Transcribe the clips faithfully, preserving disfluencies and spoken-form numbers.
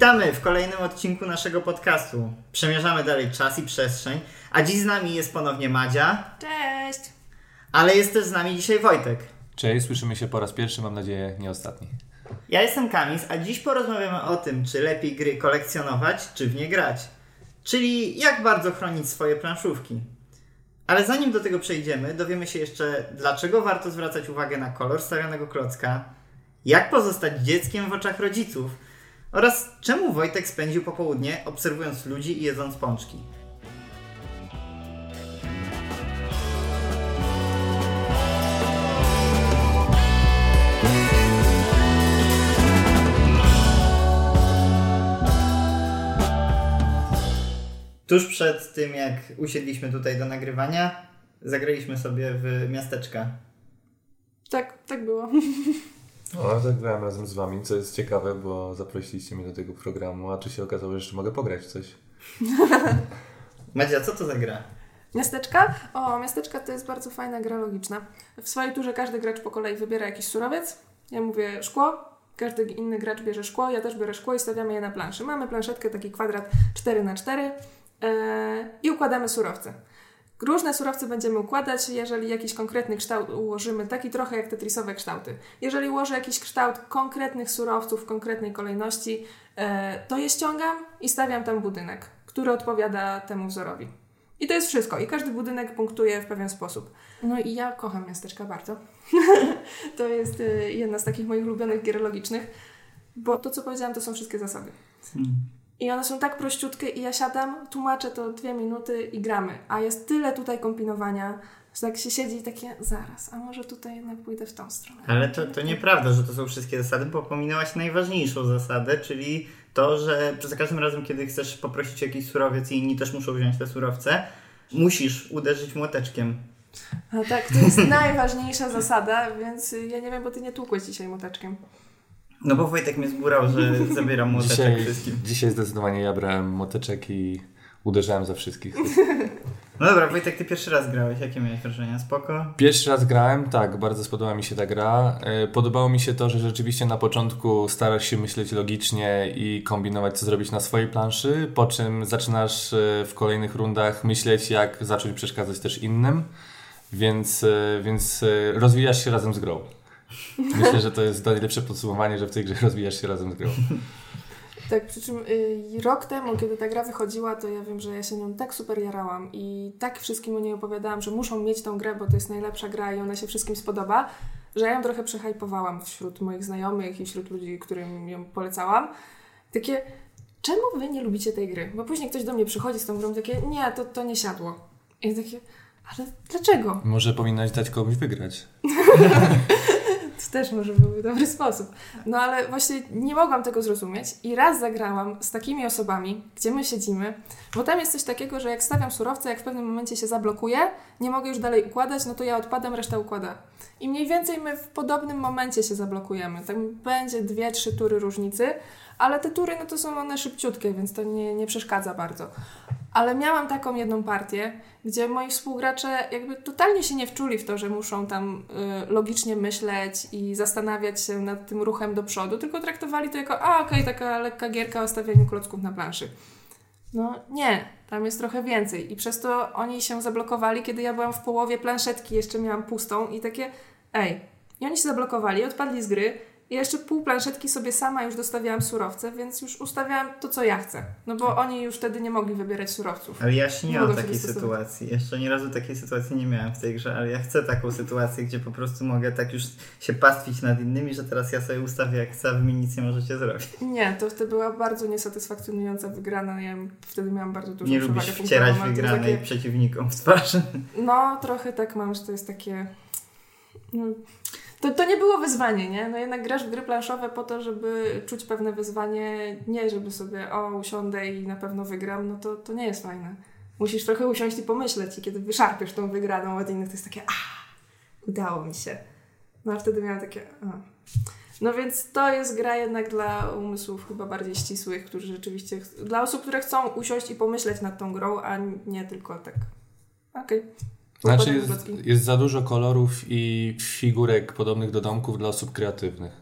Witamy w kolejnym odcinku naszego podcastu. Przemierzamy dalej czas i przestrzeń, a dziś z nami jest ponownie Madzia. Cześć! Ale jest też z nami dzisiaj Wojtek. Cześć, słyszymy się po raz pierwszy, mam nadzieję nie ostatni. Ja jestem Kamis, a dziś porozmawiamy o tym, czy lepiej gry kolekcjonować, czy w nie grać. Czyli jak bardzo chronić swoje planszówki. Ale zanim do tego przejdziemy, dowiemy się jeszcze, dlaczego warto zwracać uwagę na kolor stawianego klocka, jak pozostać dzieckiem w oczach rodziców oraz czemu Wojtek spędził popołudnie obserwując ludzi i jedząc pączki. Tuż przed tym, jak usiedliśmy tutaj do nagrywania, zagraliśmy sobie w miasteczka. Tak, tak było. O, tak grałem razem z wami, co jest ciekawe, bo zaprosiliście mnie do tego programu, a tu się okazało, że jeszcze mogę pograć w coś. Madzia, co to za gra? Miasteczka? O, miasteczka to jest bardzo fajna gra logiczna. W swojej turze każdy gracz po kolei wybiera jakiś surowiec. Ja mówię szkło, każdy inny gracz bierze szkło, ja też biorę szkło i stawiamy je na planszy. Mamy planszetkę, taki kwadrat cztery na cztery yy, i układamy surowce. Różne surowce będziemy układać, jeżeli jakiś konkretny kształt ułożymy, taki trochę jak tetrisowe kształty. Jeżeli ułożę jakiś kształt konkretnych surowców w konkretnej kolejności, to je ściągam i stawiam tam budynek, który odpowiada temu wzorowi. I to jest wszystko. I każdy budynek punktuje w pewien sposób. No i ja kocham miasteczka bardzo. To jest jedna z takich moich ulubionych gier logicznych, bo to, co powiedziałam, to są wszystkie zasady. Hmm. I one są tak prościutkie i ja siadam, tłumaczę to dwie minuty i gramy. A jest tyle tutaj kombinowania, że tak się siedzi i takie, zaraz, a może tutaj jednak pójdę w tą stronę. Ale to, to nieprawda, że to są wszystkie zasady, bo pominęłaś najważniejszą zasadę, czyli to, że za każdym razem, kiedy chcesz poprosić o jakiś surowiec i inni też muszą wziąć te surowce, musisz uderzyć młoteczkiem. A tak, to jest najważniejsza zasada, więc ja nie wiem, bo ty nie tłukłeś dzisiaj młoteczkiem. No bo Wojtek mnie zburał, że zabieram młoteczek dzisiaj, wszystkim. Dzisiaj zdecydowanie ja brałem młoteczek i uderzałem za wszystkich. No dobra, Wojtek, ty pierwszy raz grałeś. Jakie miałeś wrażenia? Spoko? Pierwszy raz grałem, tak, bardzo spodobała mi się ta gra. Podobało mi się to, że rzeczywiście na początku starasz się myśleć logicznie i kombinować, co zrobić na swojej planszy, po czym zaczynasz w kolejnych rundach myśleć, jak zacząć przeszkadzać też innym, więc, więc rozwijasz się razem z grą. Myślę, że to jest najlepsze podsumowanie, że w tej grze rozwijasz się razem z grą. Tak, przy czym y, rok temu, kiedy ta gra wychodziła, to ja wiem, że ja się nią tak super jarałam i tak wszystkim o niej opowiadałam, że muszą mieć tą grę, bo to jest najlepsza gra i ona się wszystkim spodoba, że ja ją trochę przehypowałam wśród moich znajomych i wśród ludzi, którym ją polecałam. Takie, czemu wy nie lubicie tej gry? Bo później ktoś do mnie przychodzi z tą grą i takie, nie, to, to nie siadło. I takie, ale dlaczego? Może powinnaś dać komuś wygrać. To też może byłby dobry sposób. No ale właśnie nie mogłam tego zrozumieć i raz zagrałam z takimi osobami, gdzie my siedzimy, bo tam jest coś takiego, że jak stawiam surowce, jak w pewnym momencie się zablokuję, nie mogę już dalej układać, no to ja odpadam, reszta układa. I mniej więcej my w podobnym momencie się zablokujemy. Tam będzie dwie, trzy tury różnicy, ale te tury, no to są one szybciutkie, więc to nie, nie przeszkadza bardzo. Ale miałam taką jedną partię, gdzie moi współgracze jakby totalnie się nie wczuli w to, że muszą tam y, logicznie myśleć i zastanawiać się nad tym ruchem do przodu, tylko traktowali to jako, a okej, okay, taka lekka gierka o stawianiu klocków na planszy. No nie, tam jest trochę więcej i przez to oni się zablokowali, kiedy ja byłam w połowie planszetki, jeszcze miałam pustą i takie, ej, i oni się zablokowali, odpadli z gry. I jeszcze pół planszetki sobie sama już dostawiałam surowce, więc już ustawiałam to, co ja chcę. No bo oni już wtedy nie mogli wybierać surowców. Ale ja się nie mam takiej sytuacji. Jeszcze nie razu takiej sytuacji nie miałem w tej grze, ale ja chcę taką sytuację, gdzie po prostu mogę tak już się pastwić nad innymi, że teraz ja sobie ustawię jak chcę, a wy mi nic nie możecie zrobić. Nie, to wtedy była bardzo niesatysfakcjonująca wygrana. Ja wtedy miałam bardzo dużą nie przewagę. Nie lubisz wcierać wygranej takie... przeciwnikom w twarz. No, trochę tak mam, że to jest takie... No. To, to nie było wyzwanie, nie? No jednak grasz w gry planszowe po to, żeby czuć pewne wyzwanie, nie żeby sobie o, usiądę i na pewno wygram, no to, to nie jest fajne. Musisz trochę usiąść i pomyśleć i kiedy wyszarpiesz tą wygraną od innych, to jest takie, a, udało mi się. No a wtedy miałam takie, a. No więc to jest gra jednak dla umysłów chyba bardziej ścisłych, którzy rzeczywiście, dla osób, które chcą usiąść i pomyśleć nad tą grą, a nie tylko tak, okej. Okay. Znaczy jest, jest za dużo kolorów i figurek podobnych do domków dla osób kreatywnych.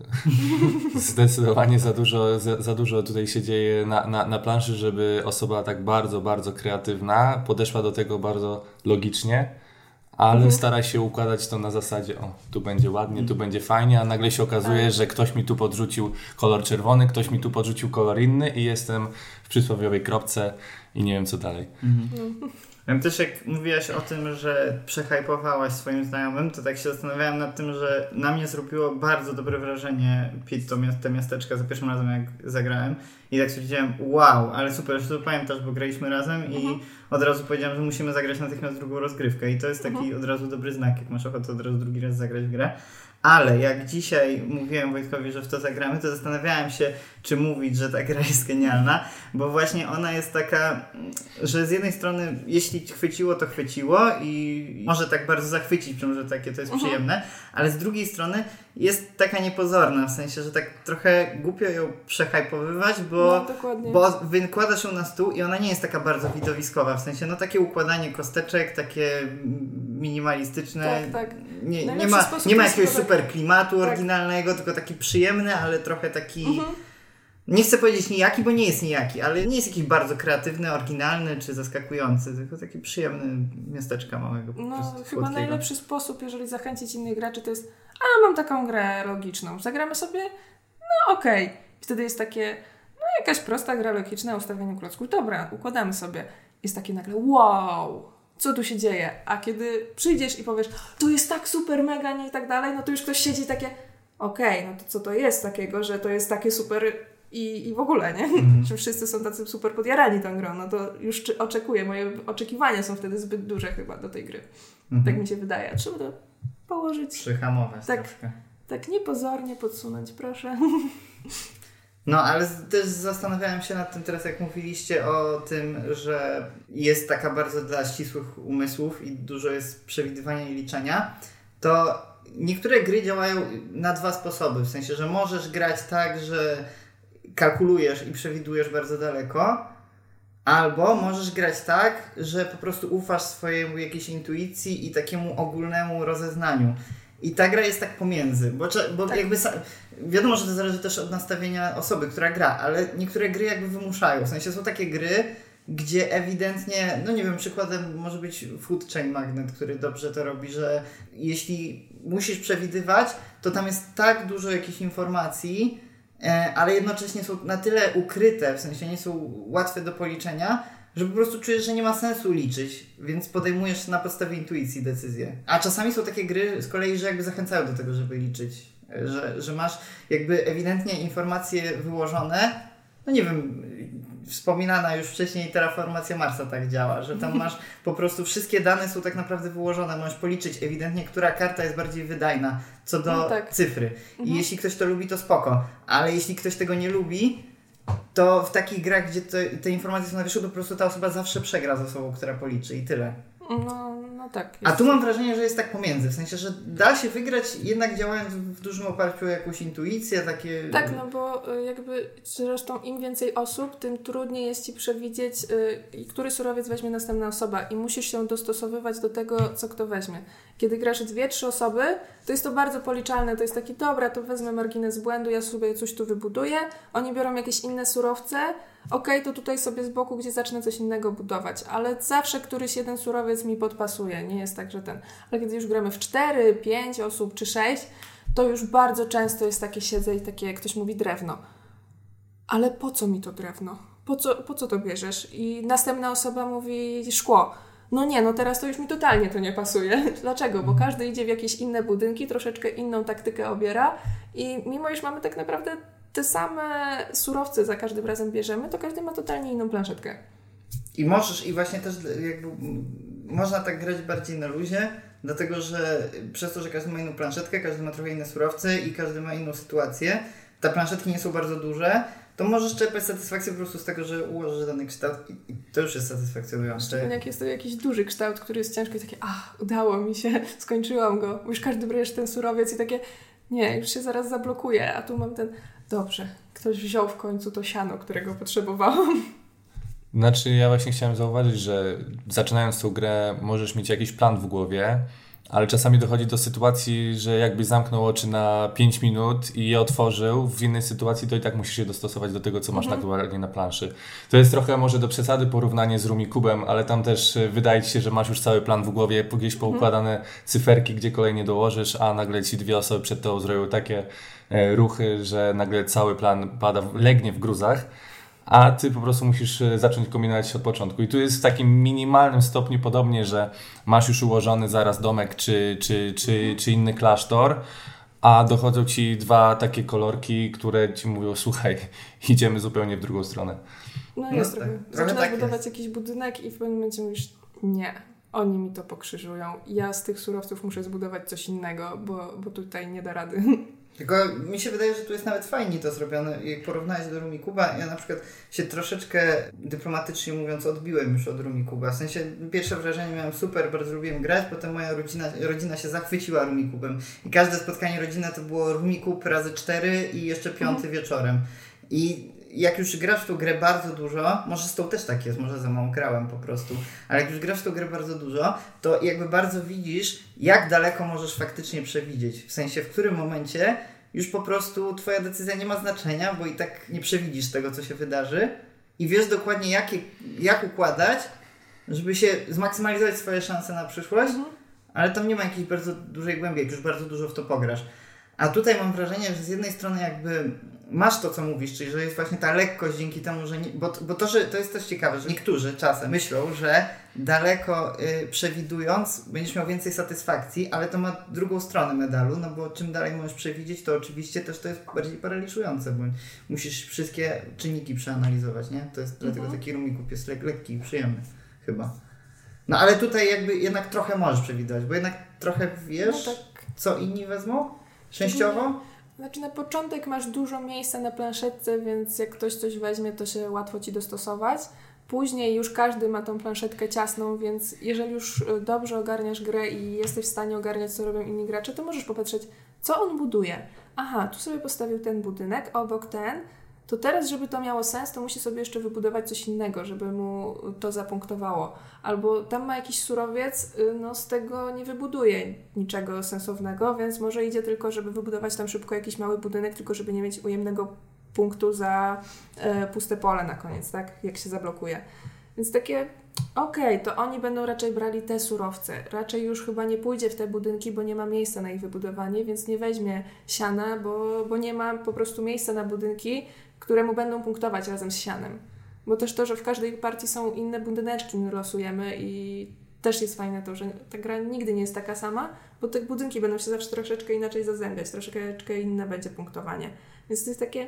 Zdecydowanie za dużo, za, za dużo tutaj się dzieje na, na, na planszy, żeby osoba tak bardzo, bardzo kreatywna podeszła do tego bardzo logicznie, ale mhm. stara się układać to na zasadzie o, tu będzie ładnie, tu będzie fajnie, a nagle się okazuje, tak. że ktoś mi tu podrzucił kolor czerwony, ktoś mi tu podrzucił kolor inny i jestem w przysłowiowej kropce i nie wiem co dalej. Mhm. Wiem też, jak mówiłaś o tym, że przehajpowałaś swoim znajomym, to tak się zastanawiałem nad tym, że na mnie zrobiło bardzo dobre wrażenie Pit, to te miasteczka za pierwszym razem jak zagrałem i tak stwierdziłem, wow, ale super, że to pamiętasz, bo graliśmy razem i mhm. od razu powiedziałem, że musimy zagrać natychmiast drugą rozgrywkę i to jest taki mhm. od razu dobry znak, jak masz ochotę od razu drugi raz zagrać w grę. Ale jak dzisiaj mówiłem Wojtkowi, że w to zagramy, to zastanawiałem się, czy mówić, że ta gra jest genialna, bo właśnie ona jest taka, że z jednej strony jeśli chwyciło, to chwyciło i może tak bardzo zachwycić, że takie to jest uh-huh. przyjemne, ale z drugiej strony jest taka niepozorna, w sensie, że tak trochę głupio ją przehajpowywać, bo, no, bo wykładasz ją na stół i ona nie jest taka bardzo widowiskowa, w sensie, no takie układanie kosteczek, takie minimalistyczne, tak, tak. Nie, nie ma, nie ma jakiegoś super klimatu tak. oryginalnego, tylko taki przyjemny, ale trochę taki, mhm. nie chcę powiedzieć nijaki, bo nie jest nijaki, ale nie jest jakiś bardzo kreatywny, oryginalny czy zaskakujący, tylko taki przyjemny miasteczka małego. Po no prostu chyba słodkiego. Najlepszy sposób, jeżeli zachęcić innych graczy, to jest a mam taką grę logiczną, zagramy sobie? No okej. Okay. Wtedy jest takie, no jakaś prosta gra logiczna, ustawianie klocków, dobra, układamy sobie. Jest takie nagle wow, co tu się dzieje? A kiedy przyjdziesz i powiesz, to jest tak super, mega, nie i tak dalej, no to już ktoś siedzi takie, okej, okay, no to co to jest takiego, że to jest takie super i, i w ogóle, nie? Mm. Że wszyscy są tacy super podjarani tą grą, no to już czy, oczekuję, moje oczekiwania są wtedy zbyt duże chyba do tej gry. Mm-hmm. Tak mi się wydaje. Trzeba to położyć. Przyhamować tak, troszkę. Tak niepozornie podsunąć, proszę. No, ale też zastanawiałem się nad tym teraz, jak mówiliście o tym, że jest taka bardzo dla ścisłych umysłów i dużo jest przewidywania i liczenia, to niektóre gry działają na dwa sposoby, w sensie, że możesz grać tak, że kalkulujesz i przewidujesz bardzo daleko, albo możesz grać tak, że po prostu ufasz swojemu jakiejś intuicji i takiemu ogólnemu rozeznaniu. I ta gra jest tak pomiędzy, bo, bo tak. jakby sa- wiadomo, że to zależy też od nastawienia osoby, która gra, ale niektóre gry jakby wymuszają. W sensie są takie gry, gdzie ewidentnie, no nie wiem, przykładem może być Food Chain Magnet, który dobrze to robi, że jeśli musisz przewidywać, to tam jest tak dużo jakichś informacji, e, ale jednocześnie są na tyle ukryte, w sensie nie są łatwe do policzenia, że po prostu czujesz, że nie ma sensu liczyć, więc podejmujesz na podstawie intuicji decyzję. A czasami są takie gry z kolei, że jakby zachęcają do tego, żeby liczyć. Że, że masz jakby ewidentnie informacje wyłożone. No nie wiem, wspominana już wcześniej terraformacja Marsa tak działa, że tam masz po prostu wszystkie dane są tak naprawdę wyłożone. Możesz policzyć ewidentnie, która karta jest bardziej wydajna co do no tak. cyfry. I mhm. jeśli ktoś to lubi, to spoko. Ale jeśli ktoś tego nie lubi, to w takich grach, gdzie te, te informacje są na wierzchu, to po prostu ta osoba zawsze przegra z osobą, która policzy i tyle. No, no tak. A tu mam wrażenie, że jest tak pomiędzy, w sensie, że da się wygrać jednak działając w dużym oparciu o jakąś intuicję, takie... Tak, no bo jakby zresztą im więcej osób, tym trudniej jest Ci przewidzieć, yy, który surowiec weźmie następna osoba i musisz się dostosowywać do tego, co kto weźmie. Kiedy grasz dwie, trzy osoby, to jest to bardzo policzalne, to jest taki, dobra, to wezmę margines błędu, ja sobie coś tu wybuduję, oni biorą jakieś inne surowce, okej, okay, to tutaj sobie z boku, gdzie zacznę coś innego budować, ale zawsze któryś jeden surowiec mi podpasuje, nie jest tak, że ten... Ale kiedy już gramy w cztery, pięć osób czy sześć, to już bardzo często jest takie siedzę i takie, jak ktoś mówi, drewno. Ale po co mi to drewno? Po co, po co to bierzesz? I następna osoba mówi szkło. No nie, no teraz to już mi totalnie to nie pasuje. Dlaczego? Bo każdy idzie w jakieś inne budynki, troszeczkę inną taktykę obiera i mimo iż mamy tak naprawdę te same surowce za każdym razem bierzemy, to każdy ma totalnie inną planszetkę. I możesz, i właśnie też jakby można tak grać bardziej na luzie, dlatego że przez to, że każdy ma inną planszetkę, każdy ma trochę inne surowce i każdy ma inną sytuację, te planszetki nie są bardzo duże, to możesz czerpać satysfakcję po prostu z tego, że ułożysz dany kształt i to już jest satysfakcjonujące. Szczególnie jak jest to jakiś duży kształt, który jest ciężki i takie, ach, udało mi się, skończyłam go. Już każdy bierze ten surowiec i takie, nie, już się zaraz zablokuje, a tu mam ten, dobrze, ktoś wziął w końcu to siano, którego potrzebowałam. Znaczy ja właśnie chciałem zauważyć, że zaczynając tą grę możesz mieć jakiś plan w głowie, ale czasami dochodzi do sytuacji, że jakbyś zamknął oczy na pięć minut i je otworzył w innej sytuacji, to i tak musisz się dostosować do tego, co masz mhm. aktualnie na planszy. To jest trochę może do przesady porównanie z Rumikubem, ale tam też wydaje ci się, że masz już cały plan w głowie, gdzieś poukładane mhm. cyferki, gdzie kolejnie dołożysz, a nagle ci dwie osoby przed tobą zrobią takie e, ruchy, że nagle cały plan pada, legnie w gruzach. A ty po prostu musisz zacząć kombinować od początku. I tu jest w takim minimalnym stopniu podobnie, że masz już ułożony zaraz domek czy, czy, czy, czy inny klasztor, a dochodzą ci dwa takie kolorki, które ci mówią, słuchaj, idziemy zupełnie w drugą stronę. No jest no, trochę. Tak, Zaczynasz tak budować jest. jakiś budynek i w pewnym momencie mówisz, nie, oni mi to pokrzyżują. Ja z tych surowców muszę zbudować coś innego, bo, bo tutaj nie da rady. Tylko mi się wydaje, że tu jest nawet fajnie to zrobione. Jak porównałeś do Rumikuba, ja na przykład się troszeczkę, dyplomatycznie mówiąc, odbiłem już od Rumikuba. W sensie pierwsze wrażenie miałem super, bardzo lubiłem grać, potem moja rodzina, rodzina się zachwyciła Rumikubem. I każde spotkanie rodziny to było Rumikub razy cztery i jeszcze piąty mhm. wieczorem. I jak już grasz w tą grę bardzo dużo, może z tą też tak jest, może za mało grałem po prostu, ale jak już grasz w tą grę bardzo dużo, to jakby bardzo widzisz, jak daleko możesz faktycznie przewidzieć. W sensie, w którym momencie już po prostu twoja decyzja nie ma znaczenia, bo i tak nie przewidzisz tego, co się wydarzy i wiesz dokładnie, jakie, jak układać, żeby się zmaksymalizować swoje szanse na przyszłość, mhm. ale tam nie ma jakiejś bardzo dużej głębi, jak już bardzo dużo w to pograsz. A tutaj mam wrażenie, że z jednej strony jakby masz to, co mówisz, czyli że jest właśnie ta lekkość dzięki temu, że... Nie, bo, bo to, że to jest też ciekawe, że niektórzy czasem myślą, że daleko y, przewidując będziesz miał więcej satysfakcji, ale to ma drugą stronę medalu, no bo czym dalej możesz przewidzieć, to oczywiście też to jest bardziej paraliżujące, bo musisz wszystkie czynniki przeanalizować, nie? To jest mhm. dlatego taki Rumikub jest lek- lekki i przyjemny chyba. No ale tutaj jakby jednak trochę możesz przewidywać, bo jednak trochę wiesz, no tak. co inni wezmą? Częściowo? Znaczy na początek masz dużo miejsca na planszetce, więc jak ktoś coś weźmie, to się łatwo ci dostosować. Później już każdy ma tą planszetkę ciasną, więc jeżeli już dobrze ogarniasz grę i jesteś w stanie ogarniać, co robią inni gracze, to możesz popatrzeć, co on buduje. Aha, tu sobie postawił ten budynek, obok ten, to teraz, żeby to miało sens, to musi sobie jeszcze wybudować coś innego, żeby mu to zapunktowało. Albo tam ma jakiś surowiec, no z tego nie wybuduje niczego sensownego, więc może idzie tylko, żeby wybudować tam szybko jakiś mały budynek, tylko żeby nie mieć ujemnego punktu za e, puste pole na koniec, tak? Jak się zablokuje. Więc takie, okej, okay, to oni będą raczej brali te surowce. Raczej już chyba nie pójdzie w te budynki, bo nie ma miejsca na ich wybudowanie, więc nie weźmie siana, bo, bo nie ma po prostu miejsca na budynki, które mu będą punktować razem z sianem. Bo też to, że w każdej partii są inne budyneczki, losujemy i też jest fajne to, że ta gra nigdy nie jest taka sama, bo te budynki będą się zawsze troszeczkę inaczej zazębiać, troszeczkę inne będzie punktowanie. Więc to jest takie...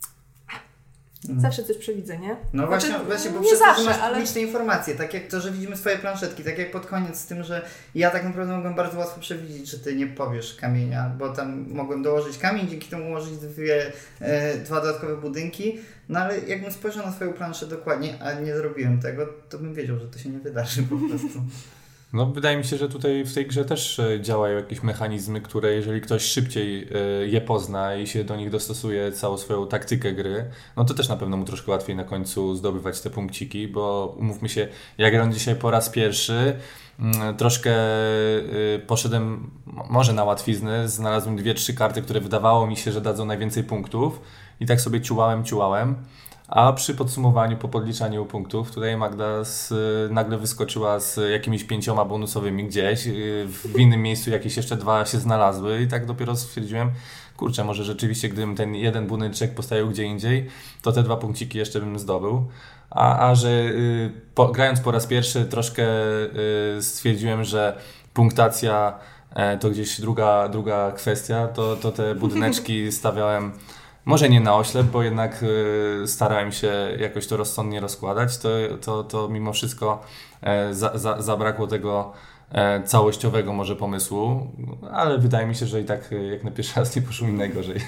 Hmm. Zawsze coś przewidzę, nie? No znaczy, właśnie, właśnie bo nie przez zawsze, to, że masz ale... publiczne informacje, tak jak to, że widzimy swoje planszetki, tak jak pod koniec z tym, że ja tak naprawdę mogłem bardzo łatwo przewidzieć, że ty nie powiesz kamienia, bo tam mogłem dołożyć kamień, dzięki temu ułożyć dwie, e, dwa dodatkowe budynki, no ale jakbym spojrzał na swoją planszę dokładnie, a nie zrobiłem tego, to bym wiedział, że to się nie wydarzy po prostu. No wydaje mi się, że tutaj w tej grze też działają jakieś mechanizmy, które jeżeli ktoś szybciej je pozna i się do nich dostosuje całą swoją taktykę gry, no to też na pewno mu troszkę łatwiej na końcu zdobywać te punkciki, bo umówmy się, ja gram dzisiaj po raz pierwszy, troszkę poszedłem może na łatwiznę, znalazłem dwie, trzy karty, które wydawało mi się, że dadzą najwięcej punktów i tak sobie ciułałem, ciułałem. A przy podsumowaniu, po podliczaniu punktów, tutaj Magda z, nagle wyskoczyła z jakimiś pięcioma bonusowymi gdzieś, w innym miejscu jakieś jeszcze dwa się znalazły i tak dopiero stwierdziłem, kurczę, może rzeczywiście gdybym ten jeden budyneczek postawił gdzie indziej, to te dwa punkciki jeszcze bym zdobył. A, a że y, po, grając po raz pierwszy troszkę y, stwierdziłem, że punktacja y, to gdzieś druga, druga kwestia, to, to te budyneczki stawiałem może nie na oślep, bo jednak y, starałem się jakoś to rozsądnie rozkładać, to, to, to mimo wszystko e, za, za, zabrakło tego e, całościowego może pomysłu, ale wydaje mi się, że i tak jak na pierwszy raz nie poszło mi najgorzej.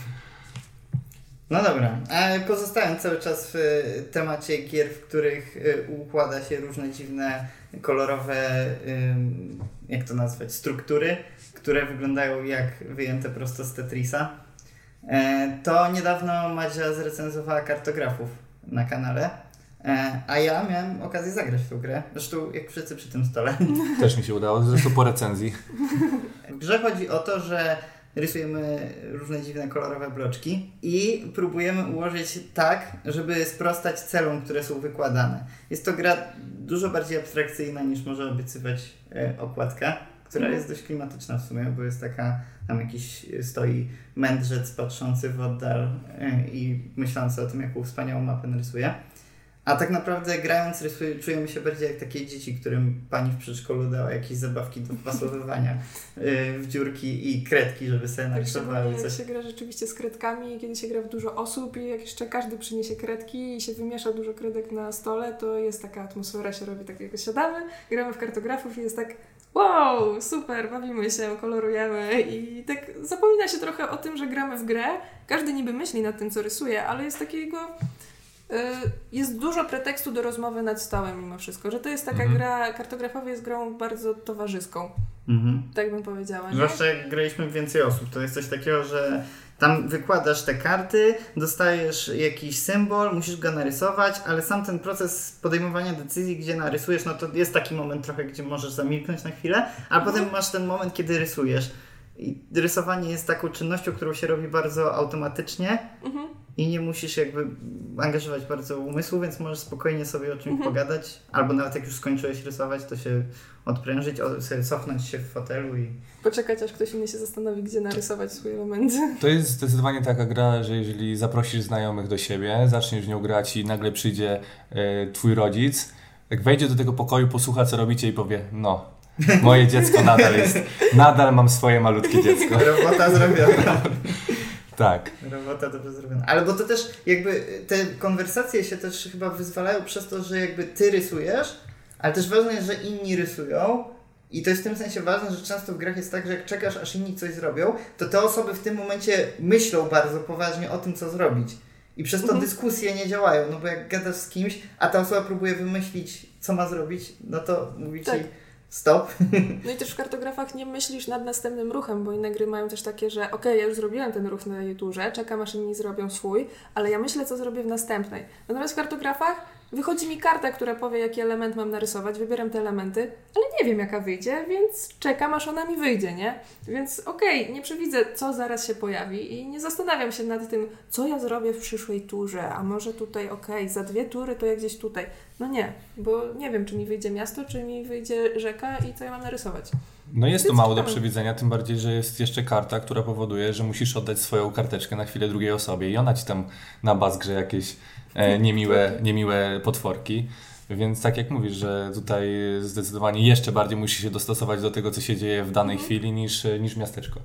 No dobra, a pozostając cały czas w temacie gier, w których układa się różne dziwne, kolorowe, jak to nazwać, struktury, które wyglądają jak wyjęte prosto z Tetrisa, to niedawno Madzia zrecenzowała Kartografów na kanale E, a ja miałem okazję zagrać w tą grę. Zresztą jak wszyscy przy tym stole. Też mi się udało, zresztą po recenzji. W grze chodzi o to, że rysujemy różne dziwne kolorowe bloczki i próbujemy ułożyć tak, żeby sprostać celom, które są wykładane. Jest to gra dużo bardziej abstrakcyjna niż może obiecywać e, okładka, która jest dość klimatyczna w sumie, bo jest taka, tam jakiś stoi mędrzec patrzący w oddal e, i myślący o tym, jaką wspaniałą mapę narysuje. A tak naprawdę grając rysuj, czujemy się bardziej jak takie dzieci, którym pani w przedszkolu dała jakieś zabawki do wpasowywania yy, w dziurki i kredki, żeby sobie narysowały tak, coś. Jak się gra rzeczywiście z kredkami, kiedy się gra w dużo osób i jak jeszcze każdy przyniesie kredki i się wymiesza dużo kredek na stole, to jest taka atmosfera, się robi tak, jak siadamy, gramy w kartografów i jest tak wow, super, bawimy się, kolorujemy i tak zapomina się trochę o tym, że gramy w grę. Każdy niby myśli nad tym, co rysuje, ale jest takiego... Jest dużo pretekstu do rozmowy nad stołem mimo wszystko, że to jest taka mhm. gra, kartografowie jest grą bardzo towarzyską. Mhm. Tak bym powiedziała, nie? Zwłaszcza jak graliśmy w więcej osób, to jest coś takiego, że tam wykładasz te karty, dostajesz jakiś symbol, musisz go narysować, ale sam ten proces podejmowania decyzji, gdzie narysujesz, no to jest taki moment trochę, gdzie możesz zamilknąć na chwilę, a mhm. potem masz ten moment, kiedy rysujesz. I rysowanie jest taką czynnością, którą się robi bardzo automatycznie mhm. i nie musisz jakby angażować bardzo umysłu, więc możesz spokojnie sobie o czymś mhm. pogadać, albo nawet jak już skończyłeś rysować, to się odprężyć, sobie cofnąć się w fotelu i... Poczekać, aż ktoś inny się zastanowi, gdzie narysować swoje elementy. To jest zdecydowanie taka gra, że jeżeli zaprosisz znajomych do siebie, zaczniesz w nią grać i nagle przyjdzie y, twój rodzic, jak wejdzie do tego pokoju, posłucha, co robicie i powie, no... Moje dziecko nadal jest, nadal mam swoje malutkie dziecko. Robota zrobiona. Tak. Robota dobrze zrobiona. Ale bo to też jakby te konwersacje się też chyba wyzwalają przez to, że jakby ty rysujesz, ale też ważne jest, że inni rysują i to jest w tym sensie ważne, że często w grach jest tak, że jak czekasz, aż inni coś zrobią, to te osoby w tym momencie myślą bardzo poważnie o tym, co zrobić. I przez to mhm. dyskusje nie działają, no bo jak gadasz z kimś, a ta osoba próbuje wymyślić, co ma zrobić, no to mówi ci... Tak. Stop. No i też w kartografach nie myślisz nad następnym ruchem, bo inne gry mają też takie, że okej, okay, ja już zrobiłem ten ruch na jej turze, czekam aż inni zrobią swój, ale ja myślę, co zrobię w następnej. Natomiast w kartografach wychodzi mi karta, która powie, jaki element mam narysować, wybieram te elementy, ale nie wiem, jaka wyjdzie, więc czekam, aż ona mi wyjdzie, nie? Więc okej, okay, nie przewidzę, co zaraz się pojawi i nie zastanawiam się nad tym, co ja zrobię w przyszłej turze, a może tutaj okej, okay, za dwie tury to ja gdzieś tutaj. No nie, bo nie wiem, czy mi wyjdzie miasto, czy mi wyjdzie rzeka i co ja mam narysować. No jest to mało do przewidzenia, tym bardziej, że jest jeszcze karta, która powoduje, że musisz oddać swoją karteczkę na chwilę drugiej osobie i ona ci tam na bazgrze jakieś e, niemiłe, niemiłe potworki. Więc tak jak mówisz, że tutaj zdecydowanie jeszcze bardziej musisz się dostosować do tego, co się dzieje w danej mhm. chwili niż, niż miasteczko.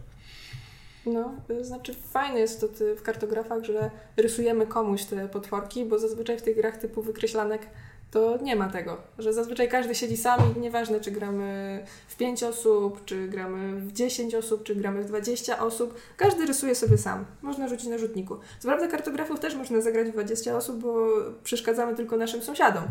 No, to znaczy fajne jest to ty, w kartografach, że rysujemy komuś te potworki, bo zazwyczaj w tych grach typu wykreślanek to nie ma tego, że zazwyczaj każdy siedzi sam i nieważne, czy gramy w pięć osób, czy gramy w dziesięć osób, czy gramy w dwadzieścia osób, każdy rysuje sobie sam. Można rzucić na rzutniku. Co prawda kartografów też można zagrać w dwadzieścia osób, bo przeszkadzamy tylko naszym sąsiadom.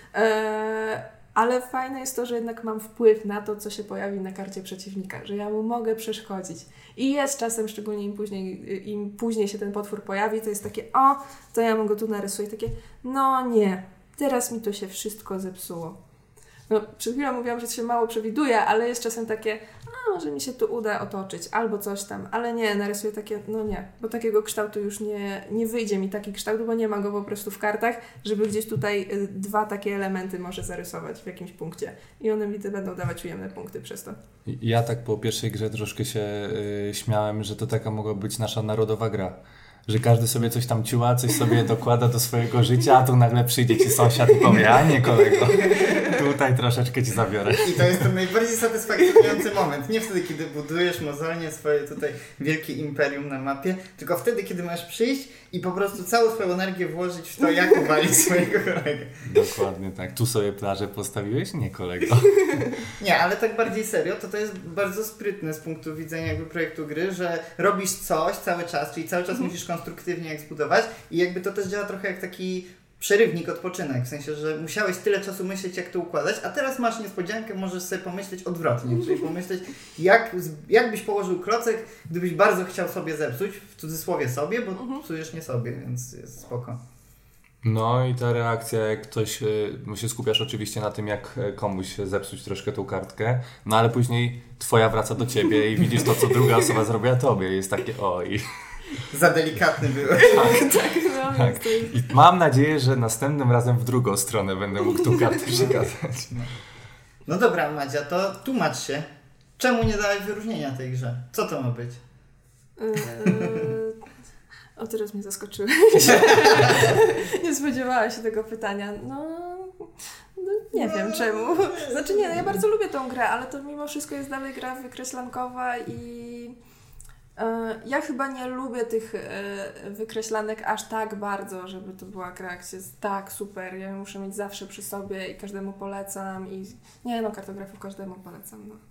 Eee, ale fajne jest to, że jednak mam wpływ na to, co się pojawi na karcie przeciwnika, że ja mu mogę przeszkodzić. I jest czasem, szczególnie im później, im później się ten potwór pojawi, to jest takie, o, to ja mu go tu narysuję. Takie, no nie. Teraz mi to się wszystko zepsuło. No, przed chwilą mówiłam, że to się mało przewiduje, ale jest czasem takie, a może mi się tu uda otoczyć, albo coś tam, ale nie, narysuję takie, no nie, bo takiego kształtu już nie, nie wyjdzie mi taki kształt, bo nie ma go po prostu w kartach, żeby gdzieś tutaj dwa takie elementy może zarysować w jakimś punkcie i one mi te będą dawać ujemne punkty przez to. Ja tak po pierwszej grze troszkę się yy, śmiałem, że to taka mogła być nasza narodowa gra. Że każdy sobie coś tam ciuła, coś sobie dokłada do swojego życia, a tu nagle przyjdzie ci sąsiad i powie, a nie kolego, tutaj troszeczkę ci zabiorę. I to jest ten najbardziej satysfakcjonujący moment. Nie wtedy, kiedy budujesz mozolnie swoje tutaj wielkie imperium na mapie, tylko wtedy, kiedy masz przyjść i po prostu całą swoją energię włożyć w to, jak uwalić swojego kolegę. Dokładnie tak. Tu sobie plażę postawiłeś? Nie, kolego. Nie, ale tak bardziej serio, to to jest bardzo sprytne z punktu widzenia jakby projektu gry, że robisz coś cały czas, czyli cały czas mhm. musisz konstruktywnie jak zbudować i jakby to też działa trochę jak taki przerywnik, odpoczynek, w sensie, że musiałeś tyle czasu myśleć, jak to układać, a teraz masz niespodziankę, możesz sobie pomyśleć odwrotnie, czyli pomyśleć, jak, jak byś położył klocek, gdybyś bardzo chciał sobie zepsuć, w cudzysłowie sobie, bo mhm. psujesz nie sobie, więc jest spoko. No i ta reakcja, jak ktoś, bo się skupiasz oczywiście na tym, jak komuś zepsuć troszkę tą kartkę, no ale później twoja wraca do ciebie i widzisz to, co druga osoba zrobiła tobie. Jest takie oj. Za delikatny byłeś. Tak, tak, no, Tak. I mam nadzieję, że następnym razem w drugą stronę będę mógł tą kartę przekazać. No. no dobra, Madzia, to tłumacz się. Czemu nie dałeś wyróżnienia tej grze? Co to ma być? Eee, o, teraz mnie zaskoczyłeś. Nie spodziewała się tego pytania. No, no nie wiem czemu. Znaczy nie, no ja bardzo lubię tą grę, ale to mimo wszystko jest dalej gra wykreślankowa i e, ja chyba nie lubię tych e, wykreślanek aż tak bardzo, żeby to była gra, gdzie jest tak super, ja ją muszę mieć zawsze przy sobie i każdemu polecam i nie no, kartografów każdemu polecam, no.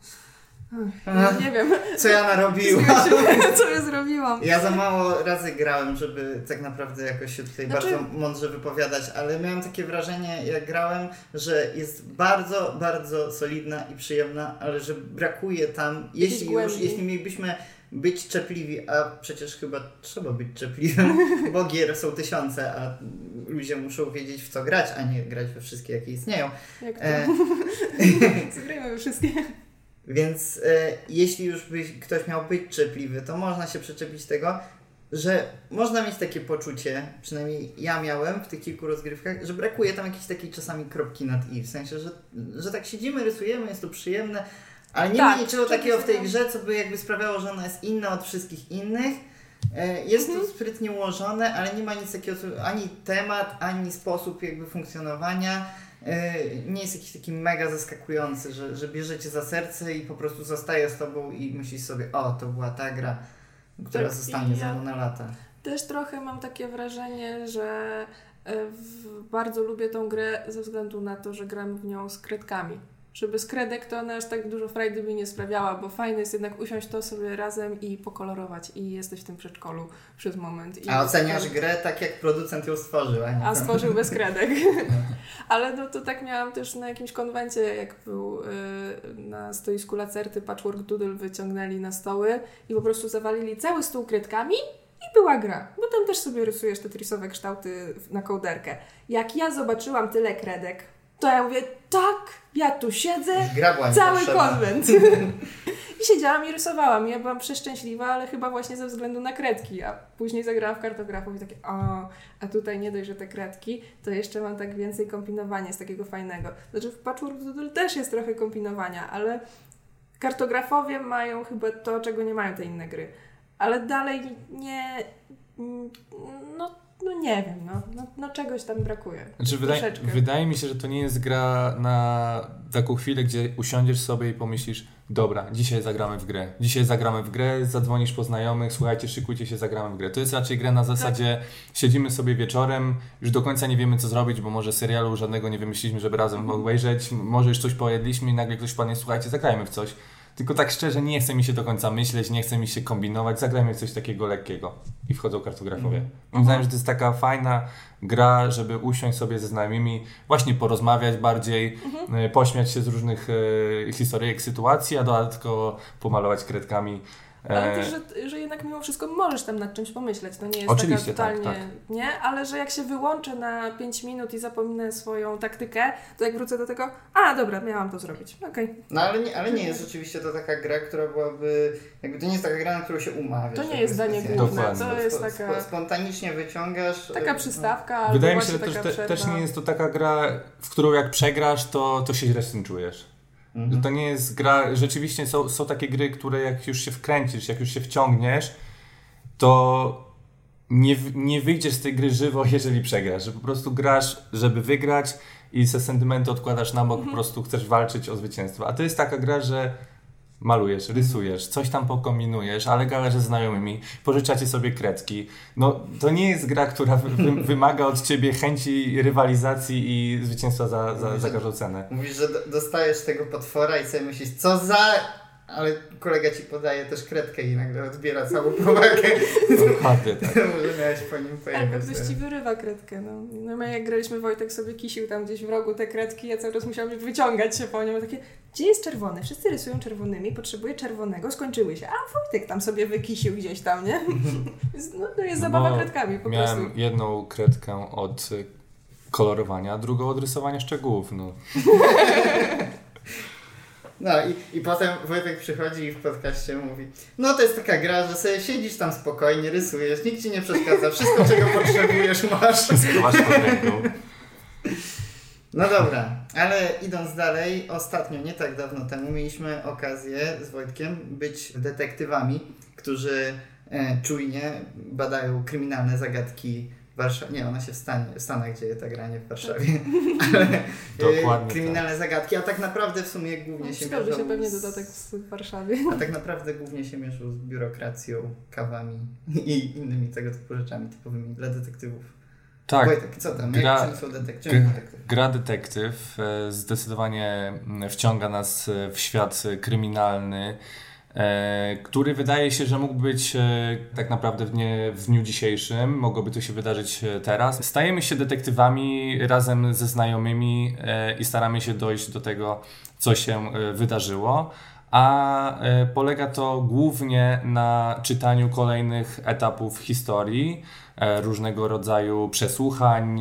Ach, nie wiem. Co ja narobiłam? Co ja zrobiłam? Ja za mało razy grałem, żeby tak naprawdę jakoś się tutaj znaczy... bardzo mądrze wypowiadać, ale miałem takie wrażenie, jak grałem, że jest bardzo, bardzo solidna i przyjemna, ale że brakuje tam, jeśli już, jeśli mielibyśmy być czepliwi, a przecież chyba trzeba być czepliwym, bo gier są tysiące, a ludzie muszą wiedzieć, w co grać, a nie grać we wszystkie, jakie istnieją. Jak to? E... Zagrajmy we wszystkie. Więc e, jeśli już by ktoś miał być czepliwy, to można się przyczepić tego, że można mieć takie poczucie, przynajmniej ja miałem w tych kilku rozgrywkach, że brakuje tam jakiejś takiej czasami kropki nad i. W sensie, że, że tak siedzimy, rysujemy, jest to przyjemne, ale nie tak, ma niczego takiego w tej grze, co by jakby sprawiało, że ona jest inna od wszystkich innych. E, jest mhm. to sprytnie ułożone, ale nie ma nic takiego, ani temat, ani sposób jakby funkcjonowania. Nie jest jakiś taki mega zaskakujący, że, że bierze cię za serce i po prostu zostaje z tobą i myślisz sobie, o, to była ta gra, która tak, zostanie ze mną na lata. Też trochę mam takie wrażenie, że w, bardzo lubię tą grę ze względu na to, że gram w nią z kredkami. Że bez kredek to ona aż tak dużo frajdy mi nie sprawiała, bo fajne jest jednak usiąść to sobie razem i pokolorować i jesteś w tym przedszkolu przez moment. I a oceniasz kredek... grę tak, jak producent ją stworzył, a nie A stworzył bez kredek. Ale no to tak miałam też na jakimś konwencie, jak był yy, na stoisku Lacerty Patchwork Doodle wyciągnęli na stoły i po prostu zawalili cały stół kredkami i była gra. Bo tam też sobie rysujesz tetrisowe kształty na kołderkę. Jak ja zobaczyłam tyle kredek, to ja mówię, tak, ja tu siedzę, cały konwent. I siedziałam i rysowałam. Ja byłam przeszczęśliwa, ale chyba właśnie ze względu na kredki. A później zagrałam w kartografów i takie, o, a tutaj nie dość, że te kredki, to jeszcze mam tak więcej kombinowania z takiego fajnego. Znaczy w Patchwork Doodle też jest trochę kombinowania, ale kartografowie mają chyba to, czego nie mają te inne gry. Ale dalej nie, no No nie wiem, no, no, no czegoś tam brakuje. Znaczy, wydaje, wydaje mi się, że to nie jest gra na taką chwilę, gdzie usiądziesz sobie i pomyślisz, dobra, dzisiaj zagramy w grę. Dzisiaj zagramy w grę, zadzwonisz po znajomych, słuchajcie, szykujcie się, zagramy w grę. To jest raczej gra na zasadzie, tak. Siedzimy sobie wieczorem, już do końca nie wiemy, co zrobić, bo może serialu żadnego nie wymyśliliśmy, żeby razem mm. obejrzeć, może już coś pojedliśmy i nagle ktoś padnie, słuchajcie, zagrajmy w coś. Tylko tak szczerze, nie chce mi się do końca myśleć, nie chce mi się kombinować, zagrajmy w coś takiego lekkiego. I wchodzą kartografowie. Mm. Moim zdaniem, że to jest taka fajna gra, żeby usiąść sobie ze znajomymi, właśnie porozmawiać bardziej, mm-hmm. pośmiać się z różnych e, historyjek, sytuacji, a dodatkowo pomalować kredkami. Ale też, że, że jednak mimo wszystko możesz tam nad czymś pomyśleć. To nie jest Oczywiście, taka totalnie, tak, tak. nie? Ale że jak się wyłączę na pięć minut i zapominę swoją taktykę, to jak wrócę do tego, a dobra, miałam to zrobić. Okej. Okay. No ale nie, ale nie jest rzeczywiście to taka gra, która byłaby, jakby to nie jest taka gra, na którą się umawiasz. To nie jest zdanie główne, to jest sp- taka... Spontanicznie wyciągasz. Taka przystawka. No. Wydaje mi się, że też, te, też nie jest to taka gra, w którą jak przegrasz, to, to się źle z tym czujesz. Że to nie jest gra, rzeczywiście są, są takie gry, które jak już się wkręcisz, jak już się wciągniesz, to nie, nie wyjdziesz z tej gry żywo, jeżeli przegrasz, że po prostu grasz, żeby wygrać i ze sentymentu odkładasz na bok, mhm. po prostu chcesz walczyć o zwycięstwo. A to jest taka gra, że malujesz, rysujesz, coś tam pokombinujesz, ale gadasz ze znajomymi, pożyczacie sobie kredki. No to nie jest gra, która wy, wymaga od ciebie chęci rywalizacji i zwycięstwa za, za, mówisz, za każdą cenę. Mówisz, że dostajesz tego potwora i sobie myślisz, co za... Ale kolega ci podaje też kredkę i nagle odbiera całą powagę. Dokładnie, tak. Może miałeś po nim pojechać. Albo ktoś ci wyrywa kredkę. No. No my jak graliśmy, Wojtek sobie kisił tam gdzieś w rogu te kredki, ja cały czas musiałam wyciągać się po nim. Takie, gdzie jest czerwony? Wszyscy rysują czerwonymi, potrzebuję czerwonego, skończyły się. A Wojtek tam sobie wykisił gdzieś tam, nie? No to jest zabawa no, kredkami po miałem prostu. jedną kredkę od kolorowania, a drugą od rysowania szczegółów. No. No i, i potem Wojtek przychodzi i w podcaście mówi: no to jest taka gra, że sobie siedzisz tam spokojnie, rysujesz, nikt ci nie przeszkadza, wszystko czego potrzebujesz masz. Wszystko masz pod ręką. No dobra, ale idąc dalej, ostatnio, nie tak dawno temu, mieliśmy okazję z Wojtkiem być detektywami, którzy e, czujnie badają kryminalne zagadki w Warszawie. Nie, ona się w, Stanie, w Stanach dzieje, ta gra, nie w Warszawie. Ale Dokładnie kryminalne tak. zagadki, a tak naprawdę w sumie głównie No, się przydałby mierzą się pewnie z... dodatek w Warszawie. A tak naprawdę głównie się mierzą z biurokracją, kawami i innymi tego typu rzeczami typowymi dla detektywów. Tak. Wojtek, co tam? Gra, Jak są detektyw? Czym detektyw? gra detektyw zdecydowanie wciąga nas w świat kryminalny, który wydaje się, że mógł być tak naprawdę w, nie, w dniu dzisiejszym, mogłoby to się wydarzyć teraz. Stajemy się detektywami razem ze znajomymi i staramy się dojść do tego, co się wydarzyło. A polega to głównie na czytaniu kolejnych etapów historii, różnego rodzaju przesłuchań,